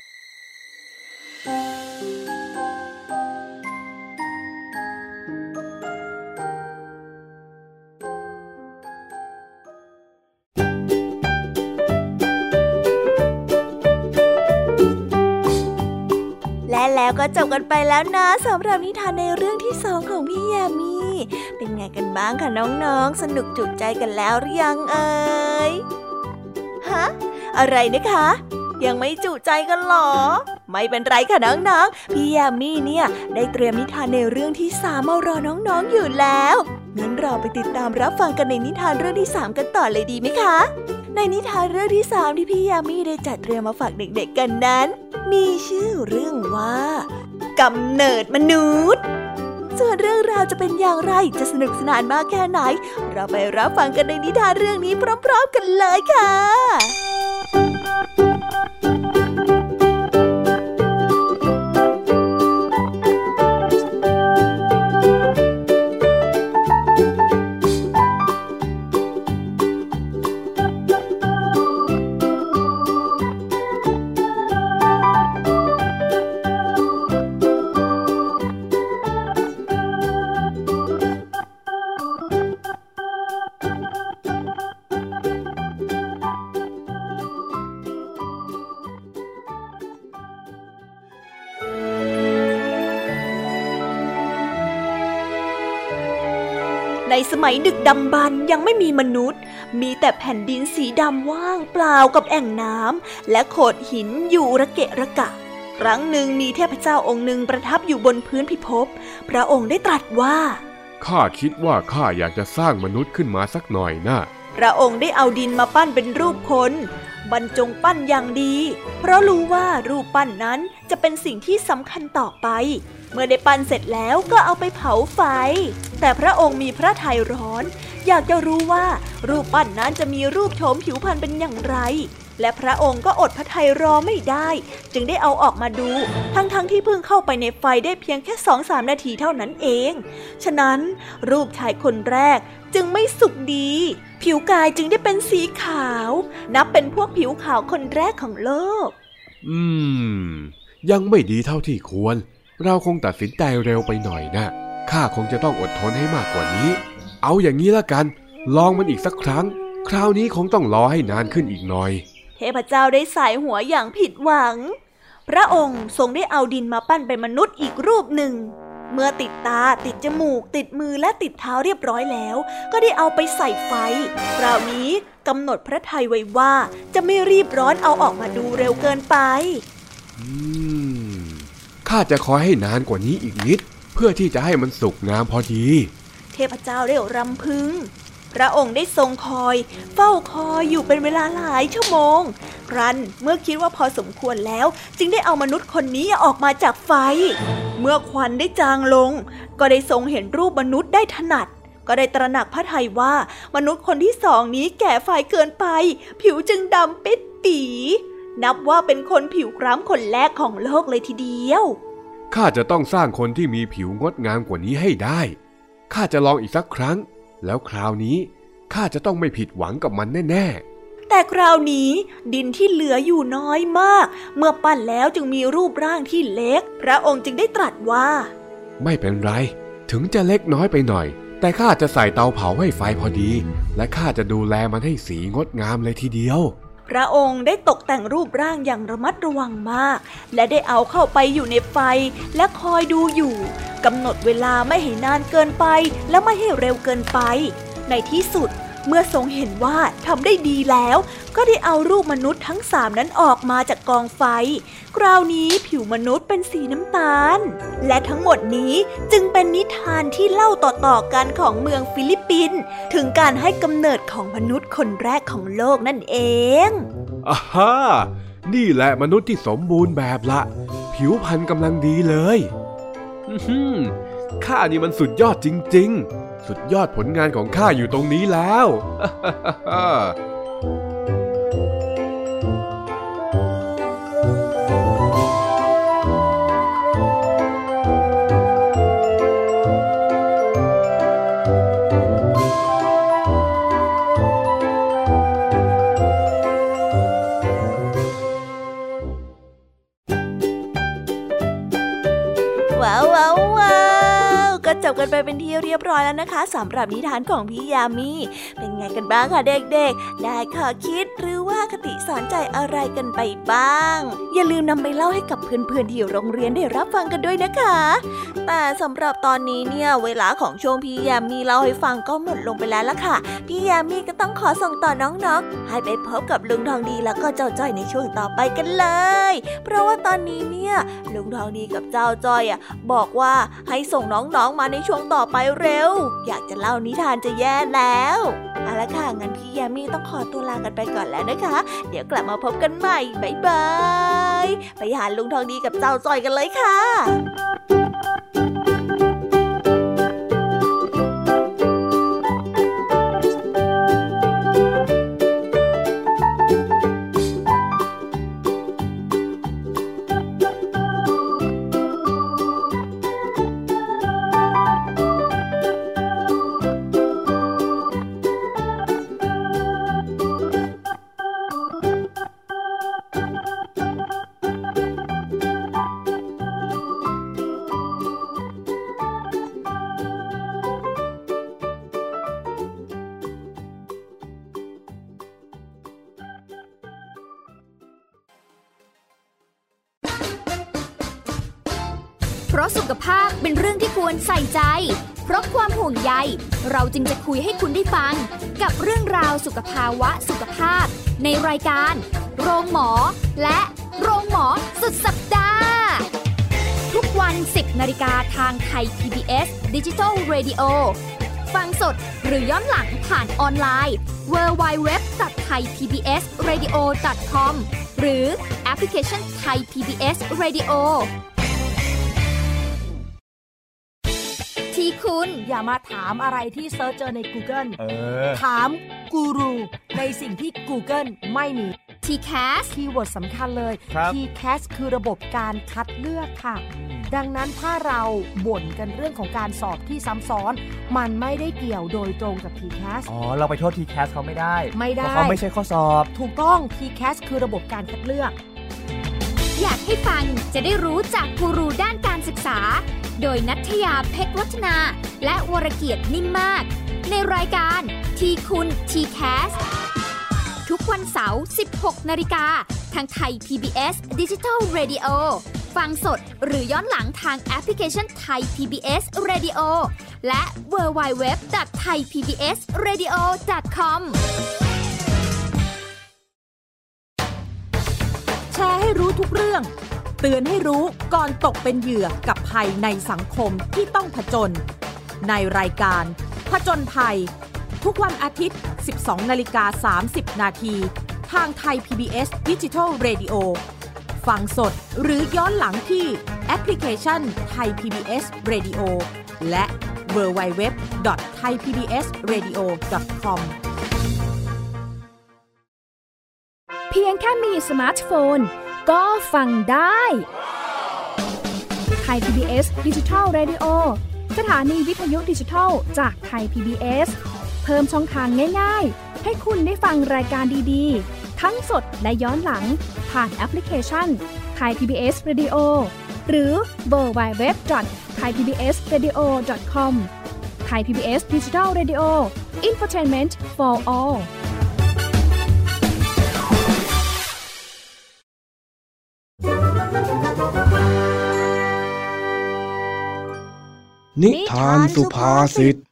แล้วก็จบกันไปแล้วนะสำหรับนิทานในเรื่องที่2ของพี่ยามีเป็นไงกันบ้างคะน้องๆสนุกจุใจกันแล้วหรือยังเอ่ยฮะอะไรนะคะยังไม่จุใจกันหรอไม่เป็นไรค่ะน้องๆพี่ยามีเนี่ยได้เตรียมนิทานในเรื่องที่3มารอน้องๆอยู่แล้วงั้นเราไปติดตามรับฟังกันในนิทานเรื่องที่3กันต่อเลยดีไหมคะในนิทานเรื่องที่3ที่พี่ยามีได้จัดเตรียมมาฝากเด็กๆกันนั้นมีชื่อเรื่องว่ากำเนิดมนุษย์ส่วนเรื่องราวจะเป็นอย่างไรจะสนุกสนานมากแค่ไหนเราไปรับฟังกันในนิทานเรื่องนี้พร้อมๆกันเลยค่ะในสมัยดึกดำบรรพ์ยังไม่มีมนุษย์มีแต่แผ่นดินสีดำว่างเปล่ากับแอ่งน้ำและโขดหินอยู่ระเกะระกะครั้งหนึ่งมีเทพเจ้าองค์หนึ่งประทับอยู่บนพื้นพิภพพระองค์ได้ตรัสว่าข้าคิดว่าข้าอยากจะสร้างมนุษย์ขึ้นมาสักหน่อยนะพระองค์ได้เอาดินมาปั้นเป็นรูปคนบรรจงปั้นอย่างดีเพราะรู้ว่ารูปปั้นนั้นจะเป็นสิ่งที่สำคัญต่อไปเมื่อได้ปั้นเสร็จแล้วก็เอาไปเผาไฟแต่พระองค์มีพระทัยร้อนอยากจะรู้ว่ารูปปั้นนั้นจะมีรูปโฉมผิวพรรณเป็นอย่างไรและพระองค์ก็อดพระทัยรอไม่ได้จึงได้เอาออกมาดูทั้งที่เพิ่งเข้าไปในไฟได้เพียงแค่ 2-3 นาทีเท่านั้นเองฉะนั้นรูปชายคนแรกจึงไม่สุกดีผิวกายจึงได้เป็นสีขาวนับเป็นพวกผิวขาวคนแรกของโลกยังไม่ดีเท่าที่ควรเราคงตัดสินใจเร็วไปหน่อยนะข้าคงจะต้องอดทนให้มากกว่านี้เอาอย่างนี้ละกันลองมันอีกสักครั้งคราวนี้คงต้องรอให้นานขึ้นอีกหน่อยเทพเจ้าได้สายหัวอย่างผิดหวังพระองค์ทรงได้เอาดินมาปั้นเป็นมนุษย์อีกรูปหนึ่งเมื่อติดตาติดจมูกติดมือและติดเท้าเรียบร้อยแล้วก็ได้เอาไปใส่ไฟคราวนี้กำหนดพระทัยไว้ว่าจะไม่รีบร้อนเอาออกมาดูเร็วเกินไปข้าจะคอยให้นานกว่านี้อีกนิดเพื่อที่จะให้มันสุกงามพอดีเทพเจ้าได้รำพึงพระองค์ได้ทรงคอยเฝ้าคอยอยู่เป็นเวลาหลายชั่วโมงครั้นเมื่อคิดว่าพอสมควรแล้วจึงได้เอามนุษย์คนนี้ออกมาจากไฟเมื่อควันได้จางลงก็ได้ทรงเห็นรูปมนุษย์ได้ถนัดก็ได้ตระหนักพระทัยว่ามนุษย์คนที่สองนี้แก่ฝ่ายเกินไปผิวจึงดำปิดปีนับว่าเป็นคนผิวคล้ำคนแรกของโลกเลยทีเดียวข้าจะต้องสร้างคนที่มีผิวงดงามกว่านี้ให้ได้ข้าจะลองอีกสักครั้งแล้วคราวนี้ข้าจะต้องไม่ผิดหวังกับมันแน่ๆแต่คราวนี้ดินที่เหลืออยู่น้อยมากเมื่อปั้นแล้วจึงมีรูปร่างที่เล็กพระองค์จึงได้ตรัสว่าไม่เป็นไรถึงจะเล็กน้อยไปหน่อยแต่ข้าจะใส่เตาเผาให้ไฟพอดีและข้าจะดูแลมันให้สีงดงามเลยทีเดียวพระองค์ได้ตกแต่งรูปร่างอย่างระมัดระวังมากและได้เอาเข้าไปอยู่ในไฟและคอยดูอยู่กำหนดเวลาไม่ให้นานเกินไปและไม่ให้เร็วเกินไปในที่สุดเมื่อทรงเห็นว่าทำได้ดีแล้วก็ได้เอารูปมนุษย์ทั้งสามนั้นออกมาจากกองไฟคราวนี้ผิวมนุษย์เป็นสีน้ำตาลและทั้งหมดนี้จึงเป็นนิทานที่เล่าต่อๆกันของเมืองฟิลิปปินส์ถึงการให้กำเนิดของมนุษย์คนแรกของโลกนั่นเองอ่าฮ่านี่แหละมนุษย์ที่สมบูรณ์แบบละผิวพรรณกำลังดีเลยข้านี่มันสุดยอดจริงๆสุดยอดผลงานของข้าอยู่ตรงนี้แล้วจบกันไปเป็นที่เรียบร้อยแล้วนะคะสำหรับนิทานของพี่ยามีเป็นไงกันบ้างคะเด็กๆได้ข้อคิดหรือว่าคติสอนใจอะไรกันไปบ้างอย่าลืมนำไปเล่าให้กับเพื่อนๆที่โรงเรียนได้รับฟังกันด้วยนะคะแต่สำหรับตอนนี้เนี่ยเวลาของช่วงพี่ยามีเล่าให้ฟังก็หมดลงไปแล้วล่ะค่ะพี่ยามีก็ต้องขอส่งต่อน้องๆให้ไปพบกับลุงทองดีแล้วก็เจ้าจ้อยในช่วงต่อไปกันเลยเพราะว่าตอนนี้เนี่ยลุงทองดีกับเจ้าจ้อยบอกว่าให้ส่งน้องๆมาในช่วงต่อไปเร็วอยากจะเล่านิทานจะแย่แล้วเอาละค่ะงั้นพี่ยามีต้องขอตัวลากันไปก่อนแล้วนะคะเดี๋ยวกลับมาพบกันใหม่บ๊ายบายไปหาลุงทองดีกับเจ้าจ้อยกันเลยค่ะเพราะสุขภาพเป็นเรื่องที่ควรใส่ใจเพราะความห่วงใยเราจึงจะคุยให้คุณได้ฟังกับเรื่องราวสุขภาวะสุขภาพในรายการโรงหมอและโรงหมอสุดสัปดาห์ทุกวัน 10 นาฬิกาทางไทย PBS Digital Radio ฟังสดหรือย้อนหลังผ่านออนไลน์ www.thaipbsradio.com หรือแอปพลิเคชัน Thai PBS Radioที่คุณอย่ามาถามอะไรที่เซิร์ชเจอใน Google ถามกูรูในสิ่งที่ Google ไม่มี TCAS คีย์เวิร์ดสำคัญเลย TCAS คือระบบการคัดเลือกค่ะดังนั้นถ้าเราบ่นกันเรื่องของการสอบที่ซ้ำซ้อนมันไม่ได้เกี่ยวโดยตรงกับ TCAS เราไปโทษ TCAS เขาไม่ได้เพราะเขาไม่ใช่ข้อสอบถูกต้อง TCAS คือระบบการคัดเลือกอยากให้ฟังจะได้รู้จากกูรูด้านการศึกษาโดยณัฐยาเพชรวัฒนาและวรเกียรตินิ่มมากในรายการทีคุณ TCAS ทุกวันเสาร์ 16 นาฬิกาทางไทย PBS Digital Radio ฟังสดหรือย้อนหลังทางแอปพลิเคชันไทย PBS Radio และ www.thaipbsradio.com แชร์ให้รู้ทุกเรื่องเตือนให้รู้ก่อนตกเป็นเหยื่อกับภัยในสังคมที่ต้องผจญในรายการผจญภัยทุกวันอาทิตย์ 12:30 นาทีทางไทย PBS Digital Radio ฟังสดหรือย้อนหลังที่แอปพลิเคชันไทย PBS Radio และ www.thaipbsradio.com เพียงแค่มีสมาร์ทโฟนก็ฟังได้ไทย PBS Digital Radio สถานีวิทยุดิจิทัลจากไทย PBS เพิ่มช่องทางง่ายๆให้คุณได้ฟังรายการดีๆทั้งสดและย้อนหลังผ่านแอปพลิเคชันไทย PBS Radio หรือ www.thaipbsradio.com ไทย PBS Digital Radio Infotainment for all นิทานสุภาษิต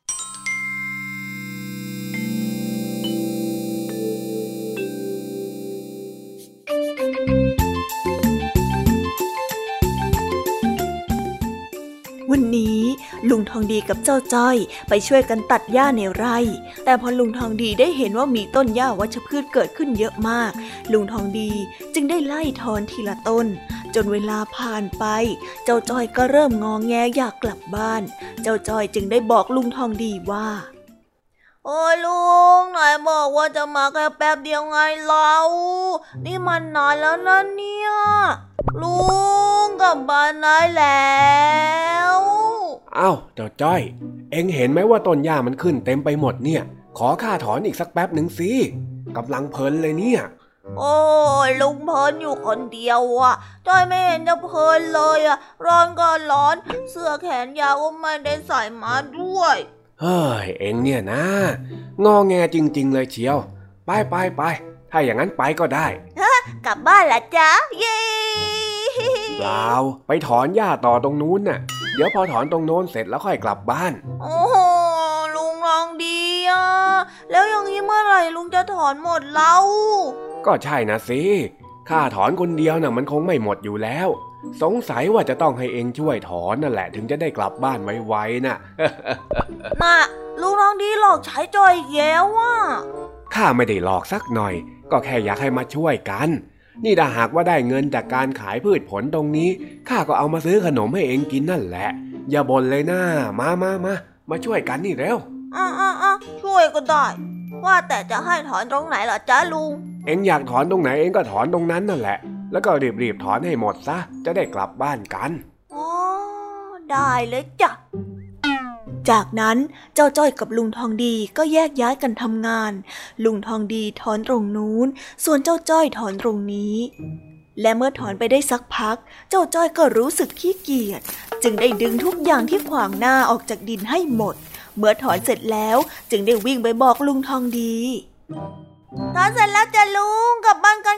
วันนี้ลุงทองดีกับเจ้าจ้อยไปช่วยกันตัดหญ้าในไร่แต่พอลุงทองดีได้เห็นว่ามีต้นหญ้าวัชพืชเกิดขึ้นเยอะมากลุงทองดีจึงได้ไล่ถอนทีละต้นจนเวลาผ่านไปเจ้าจ้อยก็เริ่มงอแงอยากกลับบ้านเจ้าจ้อยจึงได้บอกลุงทองดีว่าโอ้ยลุงไหนบอกว่าจะมาแค่แป๊บเดียวไงเรานี่มันนานแล้วนะเนี่ยลุงกลับบ้านได้แล้วอ้าวเจ้าจ้อยเอ็งเห็นไหมว่าต้นหญ้ามันขึ้นเต็มไปหมดเนี่ยขอข้าถอนอีกสักแป๊บหนึ่งสิกำลังเพลินเลยเนี่ยโอ้ยลุงเพลินอยู่คนเดียวอ่ะจ้อยไม่เห็นจะเพลินเลยอ่ะร้อนก็ร้อนเสื้อแขนยาวก็ไม่ได้ใส่มาด้วยเฮ้ยเอ็งเนี่ยนะงอแงจริงๆเลยเชียวไปถ้าอย่างนั้นไปก็ได้กลับบ้านละจ๊ะเย้เปล่าไปถอนหญ้าต่อตรงนู้นน่ะเดี๋ยวพอถอนตรงโน้นเสร็จแล้วค่อยกลับบ้านโอ้โหลุงลองดีอ่ะแล้วอย่างนี้เมื่อไหร่ลุงจะถอนหมดเล่าก็ใช่นะสิข้าถอนคนเดียวน่ะมันคงไม่หมดอยู่แล้วสงสัยว่าจะต้องให้เองช่วยถอนนั่นแหละถึงจะได้กลับบ้านไวๆน่ะน่ะลุงลองดีหลอกใช้จอยอีกแล้วว่ะข้าไม่ได้หลอกสักหน่อยก็แค่อยากให้มาช่วยกันนี่ถ้าหากว่าได้เงินจากการขายพืชผลตรงนี้ข้าก็เอามาซื้อขนมให้เองกินนั่นแหละอย่าบ่นเลยนะมาช่วยกันนี่เร็วช่วยก็ได้ว่าแต่จะให้ถอนตรงไหนล่ะจ๊ะลุงเอ็งอยากถอนตรงไหนเอ็งก็ถอนตรงนั้นนั่นแหละแล้วก็รีบถอนให้หมดซะจะได้กลับบ้านกันอ๋อได้เลยจ้ะจากนั้นเจ้าจ้อยกับลุงทองดีก็แยกย้ายกันทำงานลุงทองดีถอนตรงนู้นส่วนเจ้าจ้อยถอนตรงนี้และเมื่อถอนไปได้สักพักเจ้าจ้อยก็รู้สึกขี้เกียจจึงได้ดึงทุกอย่างที่ขวางหน้าออกจากดินให้หมดเมื่อถอนเสร็จแล้วจึงได้วิ่งไปบอกลุงทองดีถอนเสร็จแล้วจ้ะลุงกลับบ้านกัน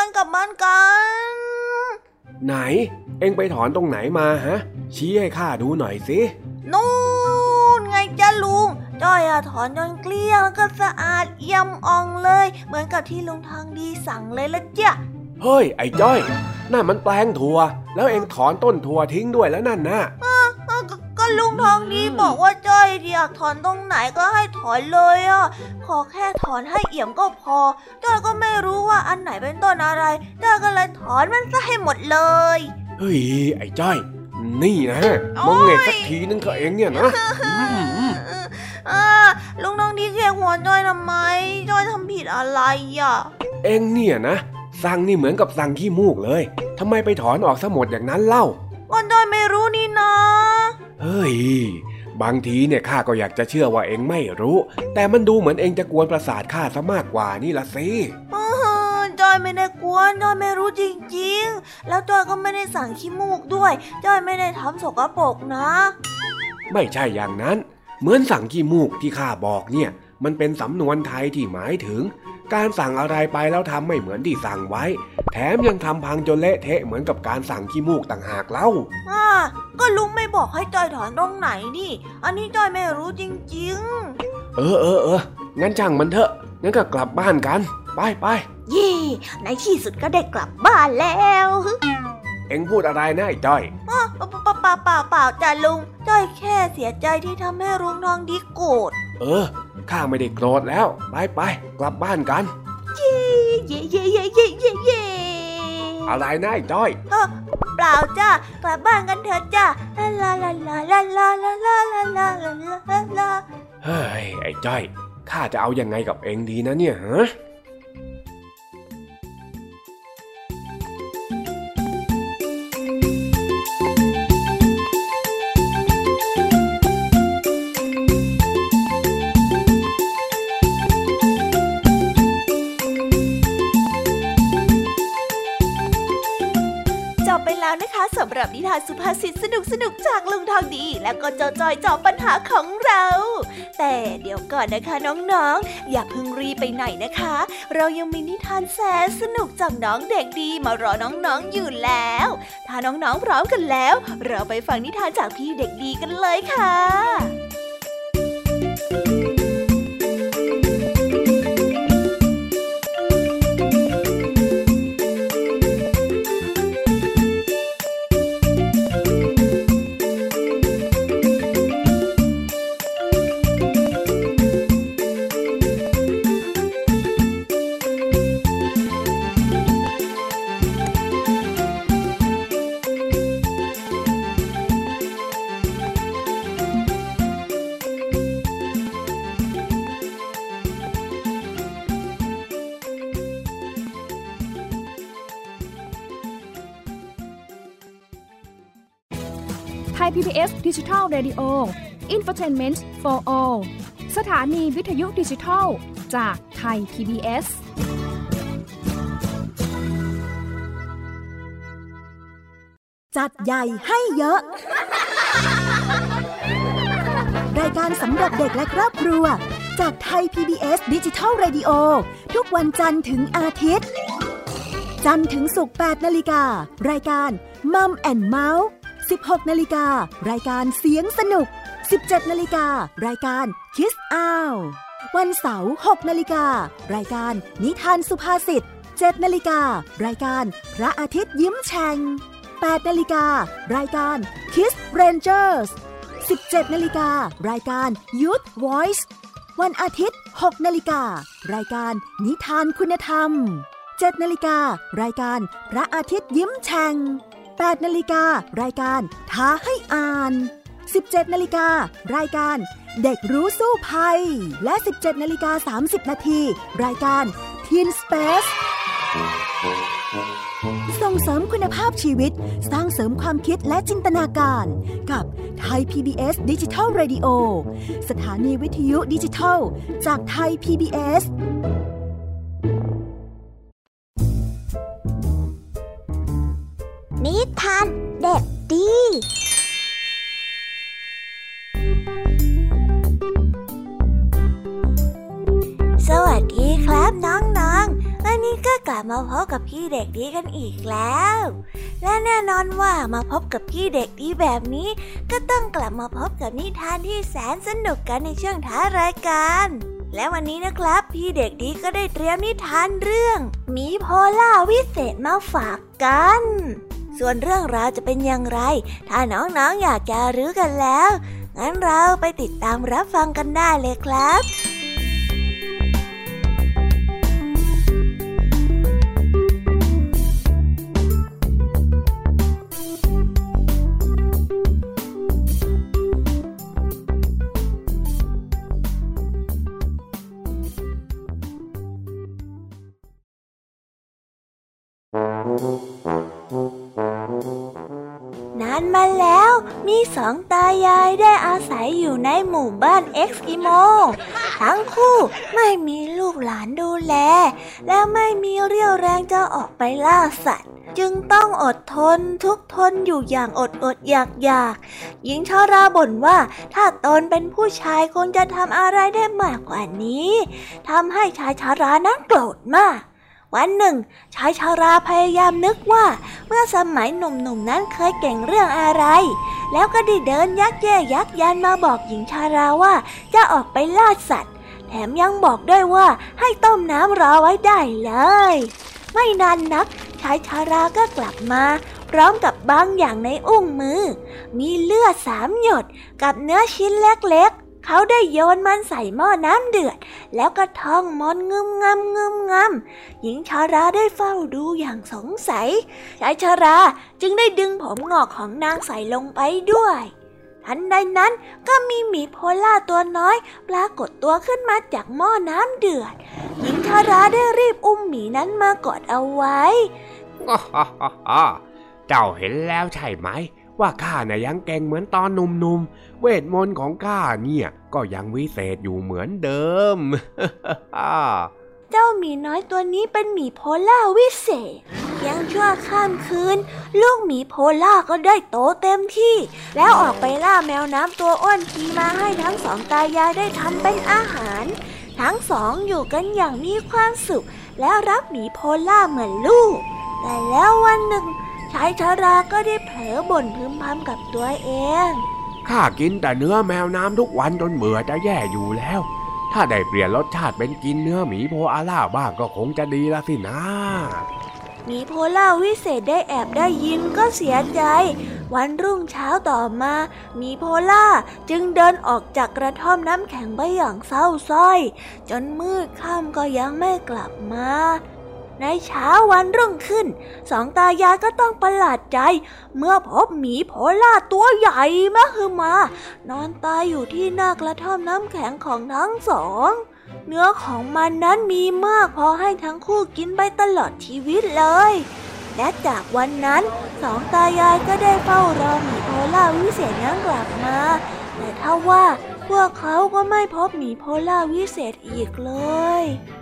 ไหนเอ็งไปถอนตรงไหนมาฮะชี้ให้ข้าดูหน่อยสินู่นไงจ้ะลุงจ้อยถอนจนเกลี้ยงแล้วก็สะอาดเอี่ยมอ่องเลยเหมือนกับที่ลุงทองดีสั่งเลยละจ้ะเฮ้ยไอ้จ้อยนั่นมันแปลงถั่วแล้วเอ็งถอนต้นถั่วทิ้งด้วยแล้วนั่นนะก็ลุงทองดีบอกว่าจ้อยอยากถอนตรงไหนก็ให้ถอนเลยอ่ะขอแค่ถอนให้เอี่ยมก็พอจ้อยก็ไม่รู้ว่าอันไหนเป็นต้นอะไรจ้อยก็เลยถอนมันซะให้หมดเลยเฮ้ยไอ้จ้อยนี่นะมองเงยสักทีนึงก็เองเนี่ยนะลุงทองดีแค่หัวจ้อยทำไมจ้อยทำผิดอะไรอ่ะเองเนี่ยนะสั่งนี่เหมือนกับสั่งขี้มูกเลยทำไมไปถอนออกซะหมดอย่างนั้นเล่าก็จ้อยไม่รู้นี่นะเฮ้ยบางทีเนี่ยข้าก็อยากจะเชื่อว่าเองไม่รู้แต่มันดูเหมือนเองจะกวนประสาทข้าซะมากกว่านี่ละสิจ้อยไม่ได้กวนจ้อยไม่รู้จริงๆแล้วจ้อยก็ไม่ได้สั่งขี้มูกด้วยจ้อยไม่ได้ทำสกปรกนะไม่ใช่อย่างนั้นเหมือนสั่งขี้มูกที่ข้าบอกเนี่ยมันเป็นสำนวนไทยที่หมายถึงการสั่งอะไรไปแล้วทำไม่เหมือนที่สั่งไว้แถมยังทำพังจนเละเทะเหมือนกับการสั่งขี้มูกต่างหากเล่าก็ลุงไม่บอกให้จ้อยถอนตรงไหนนี่อันนี้จ้อยไม่รู้จริงๆงั้นช่างมันเถอะงั้นก็กลับบ้านกันไปเย่ในที่สุดก็ได้กลับบ้านแล้วเอ็งพูดอะไรนะไอ้จ้อยเปล่าจ้ะลุงจ้อยแค่เสียใจที่ทำให้ลุงทองดีโกรธข้าไม่ได้โกรธแล้วไปกลับบ้านกันเย่เย่เย่เย่เย่เย่เย่อะไรนะไอ้จ้อยเปล่าจ้ากลับบ้านกันเถอะจ้าลาลาลาลาลาลาลาลาลาลาลาเฮ้ยไอ้จ้อยข้าจะเอายังไงกับเองดีนะเนี่ยฮะสำหรับนิทานสุภาษิตสนุกจากลุงทองดีและก็เจ้าจ้อยจอบปัญหาของเราแต่เดี๋ยวก่อนนะคะน้องๆอย่าเพิ่งรีบไปไหนนะคะเรายังมีนิทานแสนสนุกจากน้องเด็กดีมารอน้องๆอยู่แล้วถ้าน้องๆพร้อมกันแล้วเราไปฟังนิทานจากพี่เด็กดีกันเลยค่ะ Thai PBS Digital Radio Infotainment for All สถานีวิทยุดิจิทัลจากไทย PBS จัดใหญ่ให้เยอะรายการสำหรับเด็กและครอบครัวจากไทย PBS Digital Radio ทุกวันจันทร์ถึงอาทิตย์จันทร์ถึงศุกร์ 8:00 น.รายการ Mum and Mouse 16:00 น.รายการเสียงสนุก 17:00 น.รายการ Kiss Out วันเสาร์ 6:00 น.รายการนิทานสุภาษิต 7:00 น.รายการพระอาทิตย์ยิ้มแฉ่ง 8:00 น.รายการ Kiss Rangers 17:00 น.รายการ Youth Voice วันอาทิตย์ 6:00 น.รายการนิทานคุณธรรม 7:00 น.รายการพระอาทิตย์ยิ้มแฉ่ง 8:00 น.รายการท้าให้อ่าน 17:00 น.รายการเด็กรู้สู้ภัยและ 17:30 น.รายการ Teen Space ส่งเสริมคุณภาพชีวิตสร้างเสริมความคิดและจินตนาการกับไทย PBS Digital Radio สถานีวิทยุดิจิทัลจากไทย PBS นิทานเด็กดีสวัสดีครับน้องๆวันนี้ก็กลับมาพบกับพี่เด็กดีกันอีกแล้วและแน่นอนว่ามาพบกับพี่เด็กดีแบบนี้ก็ต้องกลับมาพบกับนิทานที่แสนสนุกกันในช่วงท้ายรายการและวันนี้นะครับพี่เด็กดีก็ได้เตรียมนิทานเรื่องหมีโพล่าวิเศษมาฝากกันส่วนเรื่องราวจะเป็นอย่างไรถ้าน้องๆอยากจะรู้กันแล้วงั้นเราไปติดตามรับฟังกันได้เลยครับนานมาแล้วมีสองตายายได้อาศัยอยู่ในหมู่บ้านเอ็กซ์กิโมทั้งคู่ไม่มีลูกหลานดูแลและไม่มีเรี่ยวแรงจะออกไปล่าสัตว์จึงต้องอดทนทุกข์ทนอยู่อย่างอดอยากหญิงชราบ่นว่าถ้าตนเป็นผู้ชายคงจะทำอะไรได้มากกว่านี้ทำให้ชายชรานั้นโกรธมากวันหนึ่งชายชราพยายามนึกว่าเมื่อสมัยหนุ่มๆนั้นเคยเก่งเรื่องอะไรแล้วก็ได้เดินยักแย่ยักยันมาบอกหญิงชราว่าจะออกไปล่าสัตว์แถมยังบอกด้วยว่าให้ต้มน้ำรอไว้ได้เลยไม่นานนักชายชราก็กลับมาพร้อมกับบางอย่างในอุ้งมือมีเลือด3 หยดกับเนื้อชิ้นเล็กๆเขาได้โยนมันใส่หม้อน้ำเดือดแล้วก็ท่องมนต์งึมงำงึมงำหญิงชราได้เฝ้าดูอย่างสงสัยชายชราจึงได้ดึงผมงอกของนางใส่ลงไปด้วยทันใดนั้นก็มีหมีโพล่าตัวน้อยปรากฏตัวขึ้นมาจากหม้อน้ำเดือดหญิงชราได้รีบอุ้มหมีนั้นมากอดเอาไว้เจ้าเห็นแล้วใช่ไหมว่าข้าน่ะยังเก่งเหมือนตอนหนุ่มๆเวทมนต์ของข้าเนี่ยก็ยังวิเศษอยู่เหมือนเดิมเจ้าหมีน้อยตัวนี้เป็นหมีโพล่าวิเศษยังชั่วข้ามคืนลูกหมีโพล่าก็ได้โตเต็มที่แล้วออกไปล่าแมวน้ำตัวอ้วนทีมาให้ทั้งสองตายายได้ทำเป็นอาหารทั้งสองอยู่กันอย่างมีความสุขแล้วรักหมีโพล่าเหมือนลูกแต่แล้ววันหนึ่งชายชราก็ได้เผลอบ่นพึมพำกับตัวเองข้ากินแต่เนื้อแมวน้ำทุกวันจนเบื่อจะแย่อยู่แล้วถ้าได้เปลี่ยนรสชาติเป็นกินเนื้อหมีโพอาล่าบ้างก็คงจะดีละสินะหมีโพล่าวิเศษได้แอบได้ยินก็เสียใจวันรุ่งเช้าต่อมาหมีโพล่าจึงเดินออกจากกระท่อมน้ำแข็งไปอย่างเศร้าส้อยจนมืดค่ำก็ยังไม่กลับมาในเช้าวันรุ่งขึ้นสองตายายก็ต้องประหลาดใจเมื่อพบหมีโพล่าตัวใหญ่มหึมานอนตายอยู่ที่หน้ากระท่อมน้ำแข็งของทั้งสองเนื้อของมันนั้นมีมากพอให้ทั้งคู่กินไปตลอดชีวิตเลยและจากวันนั้นสองตายายก็ได้เฝ้ารอหมีโพล่าวิเศษนั้นกลับมาแต่ถ้าว่าพวกเขาก็ไม่พบหมีโพล่าวิเศษอีกเลย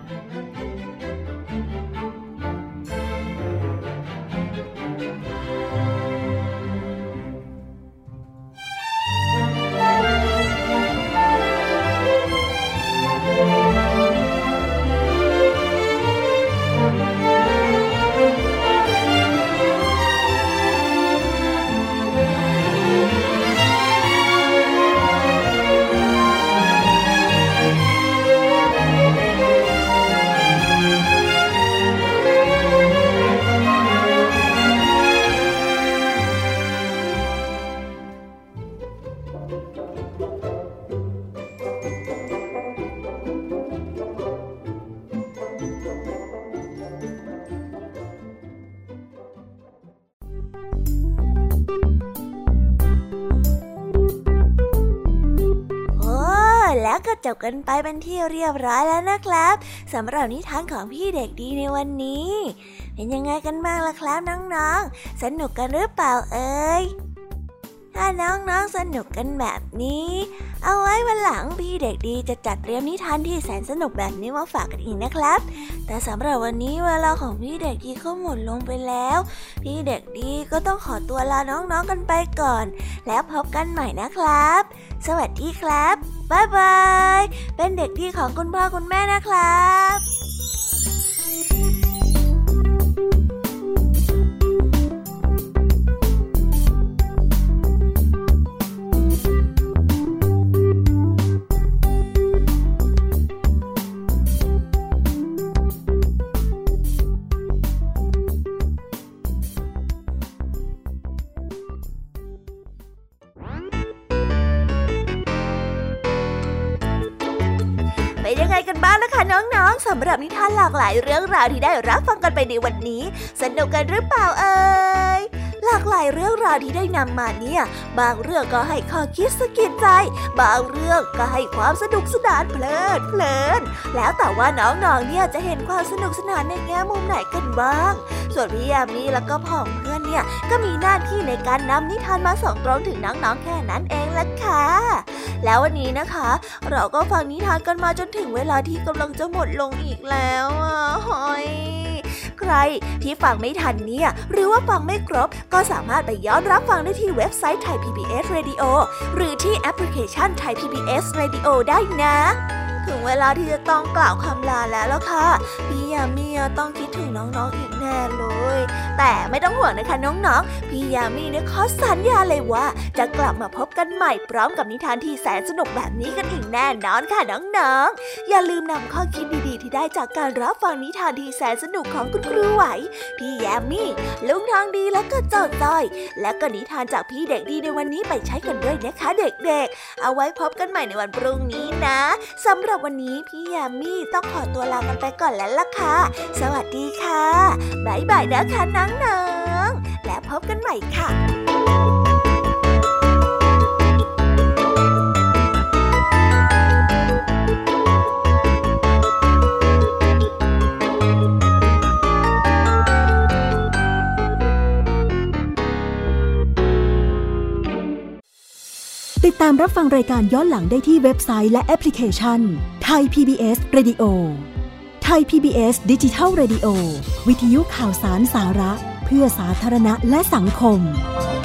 ก็จบกันไปเป็นที่เรียบร้อยแล้วนะครับสำหรับนิทานของพี่เด็กดีในวันนี้เป็นยังไงกันบ้างล่ะครับน้องๆสนุกกันหรือเปล่าเอ่ยถ้าน้องๆสนุกกันแบบนี้เอาไว้วันหลังพี่เด็กดีจะจัดเตรียมนิทานที่แสนสนุกแบบนี้มาฝากกันอีกนะครับแต่สำหรับวันนี้เวลาของพี่เด็กดีก็หมดลงไปแล้วพี่เด็กดีก็ต้องขอตัวลาน้องๆกันไปก่อนแล้วพบกันใหม่นะครับสวัสดีครับบ๊ายบายเป็นเด็กดีของคุณพ่อคุณแม่นะครับเป็นยังไงกันบ้างนะคะน้องๆสำหรับนิทานหลากหลายเรื่องราวที่ได้รับฟังกันไปในวันนี้สนุกกันหรือเปล่าเอ่ยหลากหลายเรื่องราวที่ได้นำมาเนี่ยบางเรื่องก็ให้ข้อคิดสะกิดใจบางเรื่องก็ให้ความสนุกสนานเพลินแล้วแต่ว่าน้องๆเนี่ยจะเห็นความสนุกสนานในแง่มุมไหนกันบ้างส่วนพี่ยามีแล้วก็พ่องเพื่อนเนี่ยก็มีหน้าที่ในการนำนิทานมาส่งตรงถึงน้องๆแค่นั้นเองล่ะค่ะแล้ววันนี้นะคะเราก็ฟังนิทานกันมาจนถึงเวลาที่กำลังจะหมดลงอีกแล้วหอยใครที่ฟังไม่ทันเนี่ยหรือว่าฟังไม่ครบก็สามารถไปย้อนรับฟังได้ที่เว็บไซต์ Thai PBS Radio หรือที่แอปพลิเคชัน Thai PBS Radio ได้นะถึงเวลาที่จะต้องกล่าวคำลาแล้วล่ะค่ะพี่ยามีต้องคิดถึงน้องๆอีกแน่เลยแต่ไม่ต้องห่วงนะคะน้องๆพี่ยามีเนี่ยขอสัญญาเลยว่าจะกลับมาพบกันใหม่พร้อมกับนิทานที่แสนสนุกแบบนี้กันอีกแน่นอนค่ะน้องๆอย่าลืมนำข้อคิดดีๆที่ได้จากการรับฟังนิทานที่แสนสนุกของคุณครูไหวพี่ยามีลุงทองดีและก็เจ้าจ้อยและก็นิทานจากพี่เด็กดีในวันนี้ไปใช้กันด้วยนะคะเด็กๆเอาไว้พบกันใหม่ในวันพรุ่งนี้นะสำหรับวันนี้พี่ยามีต้องขอตัวลากันไปก่อนแล้วล่ะค่ะสวัสดีค่ะบ๊ายบายนะคะน้องๆและพบกันใหม่ค่ะติดตามรับฟังรายการย้อนหลังได้ที่เว็บไซต์และแอปพลิเคชัน Thai PBS Radio Thai PBS Digital Radio วิทยุข่าวสารสาระเพื่อสาธารณะและสังคม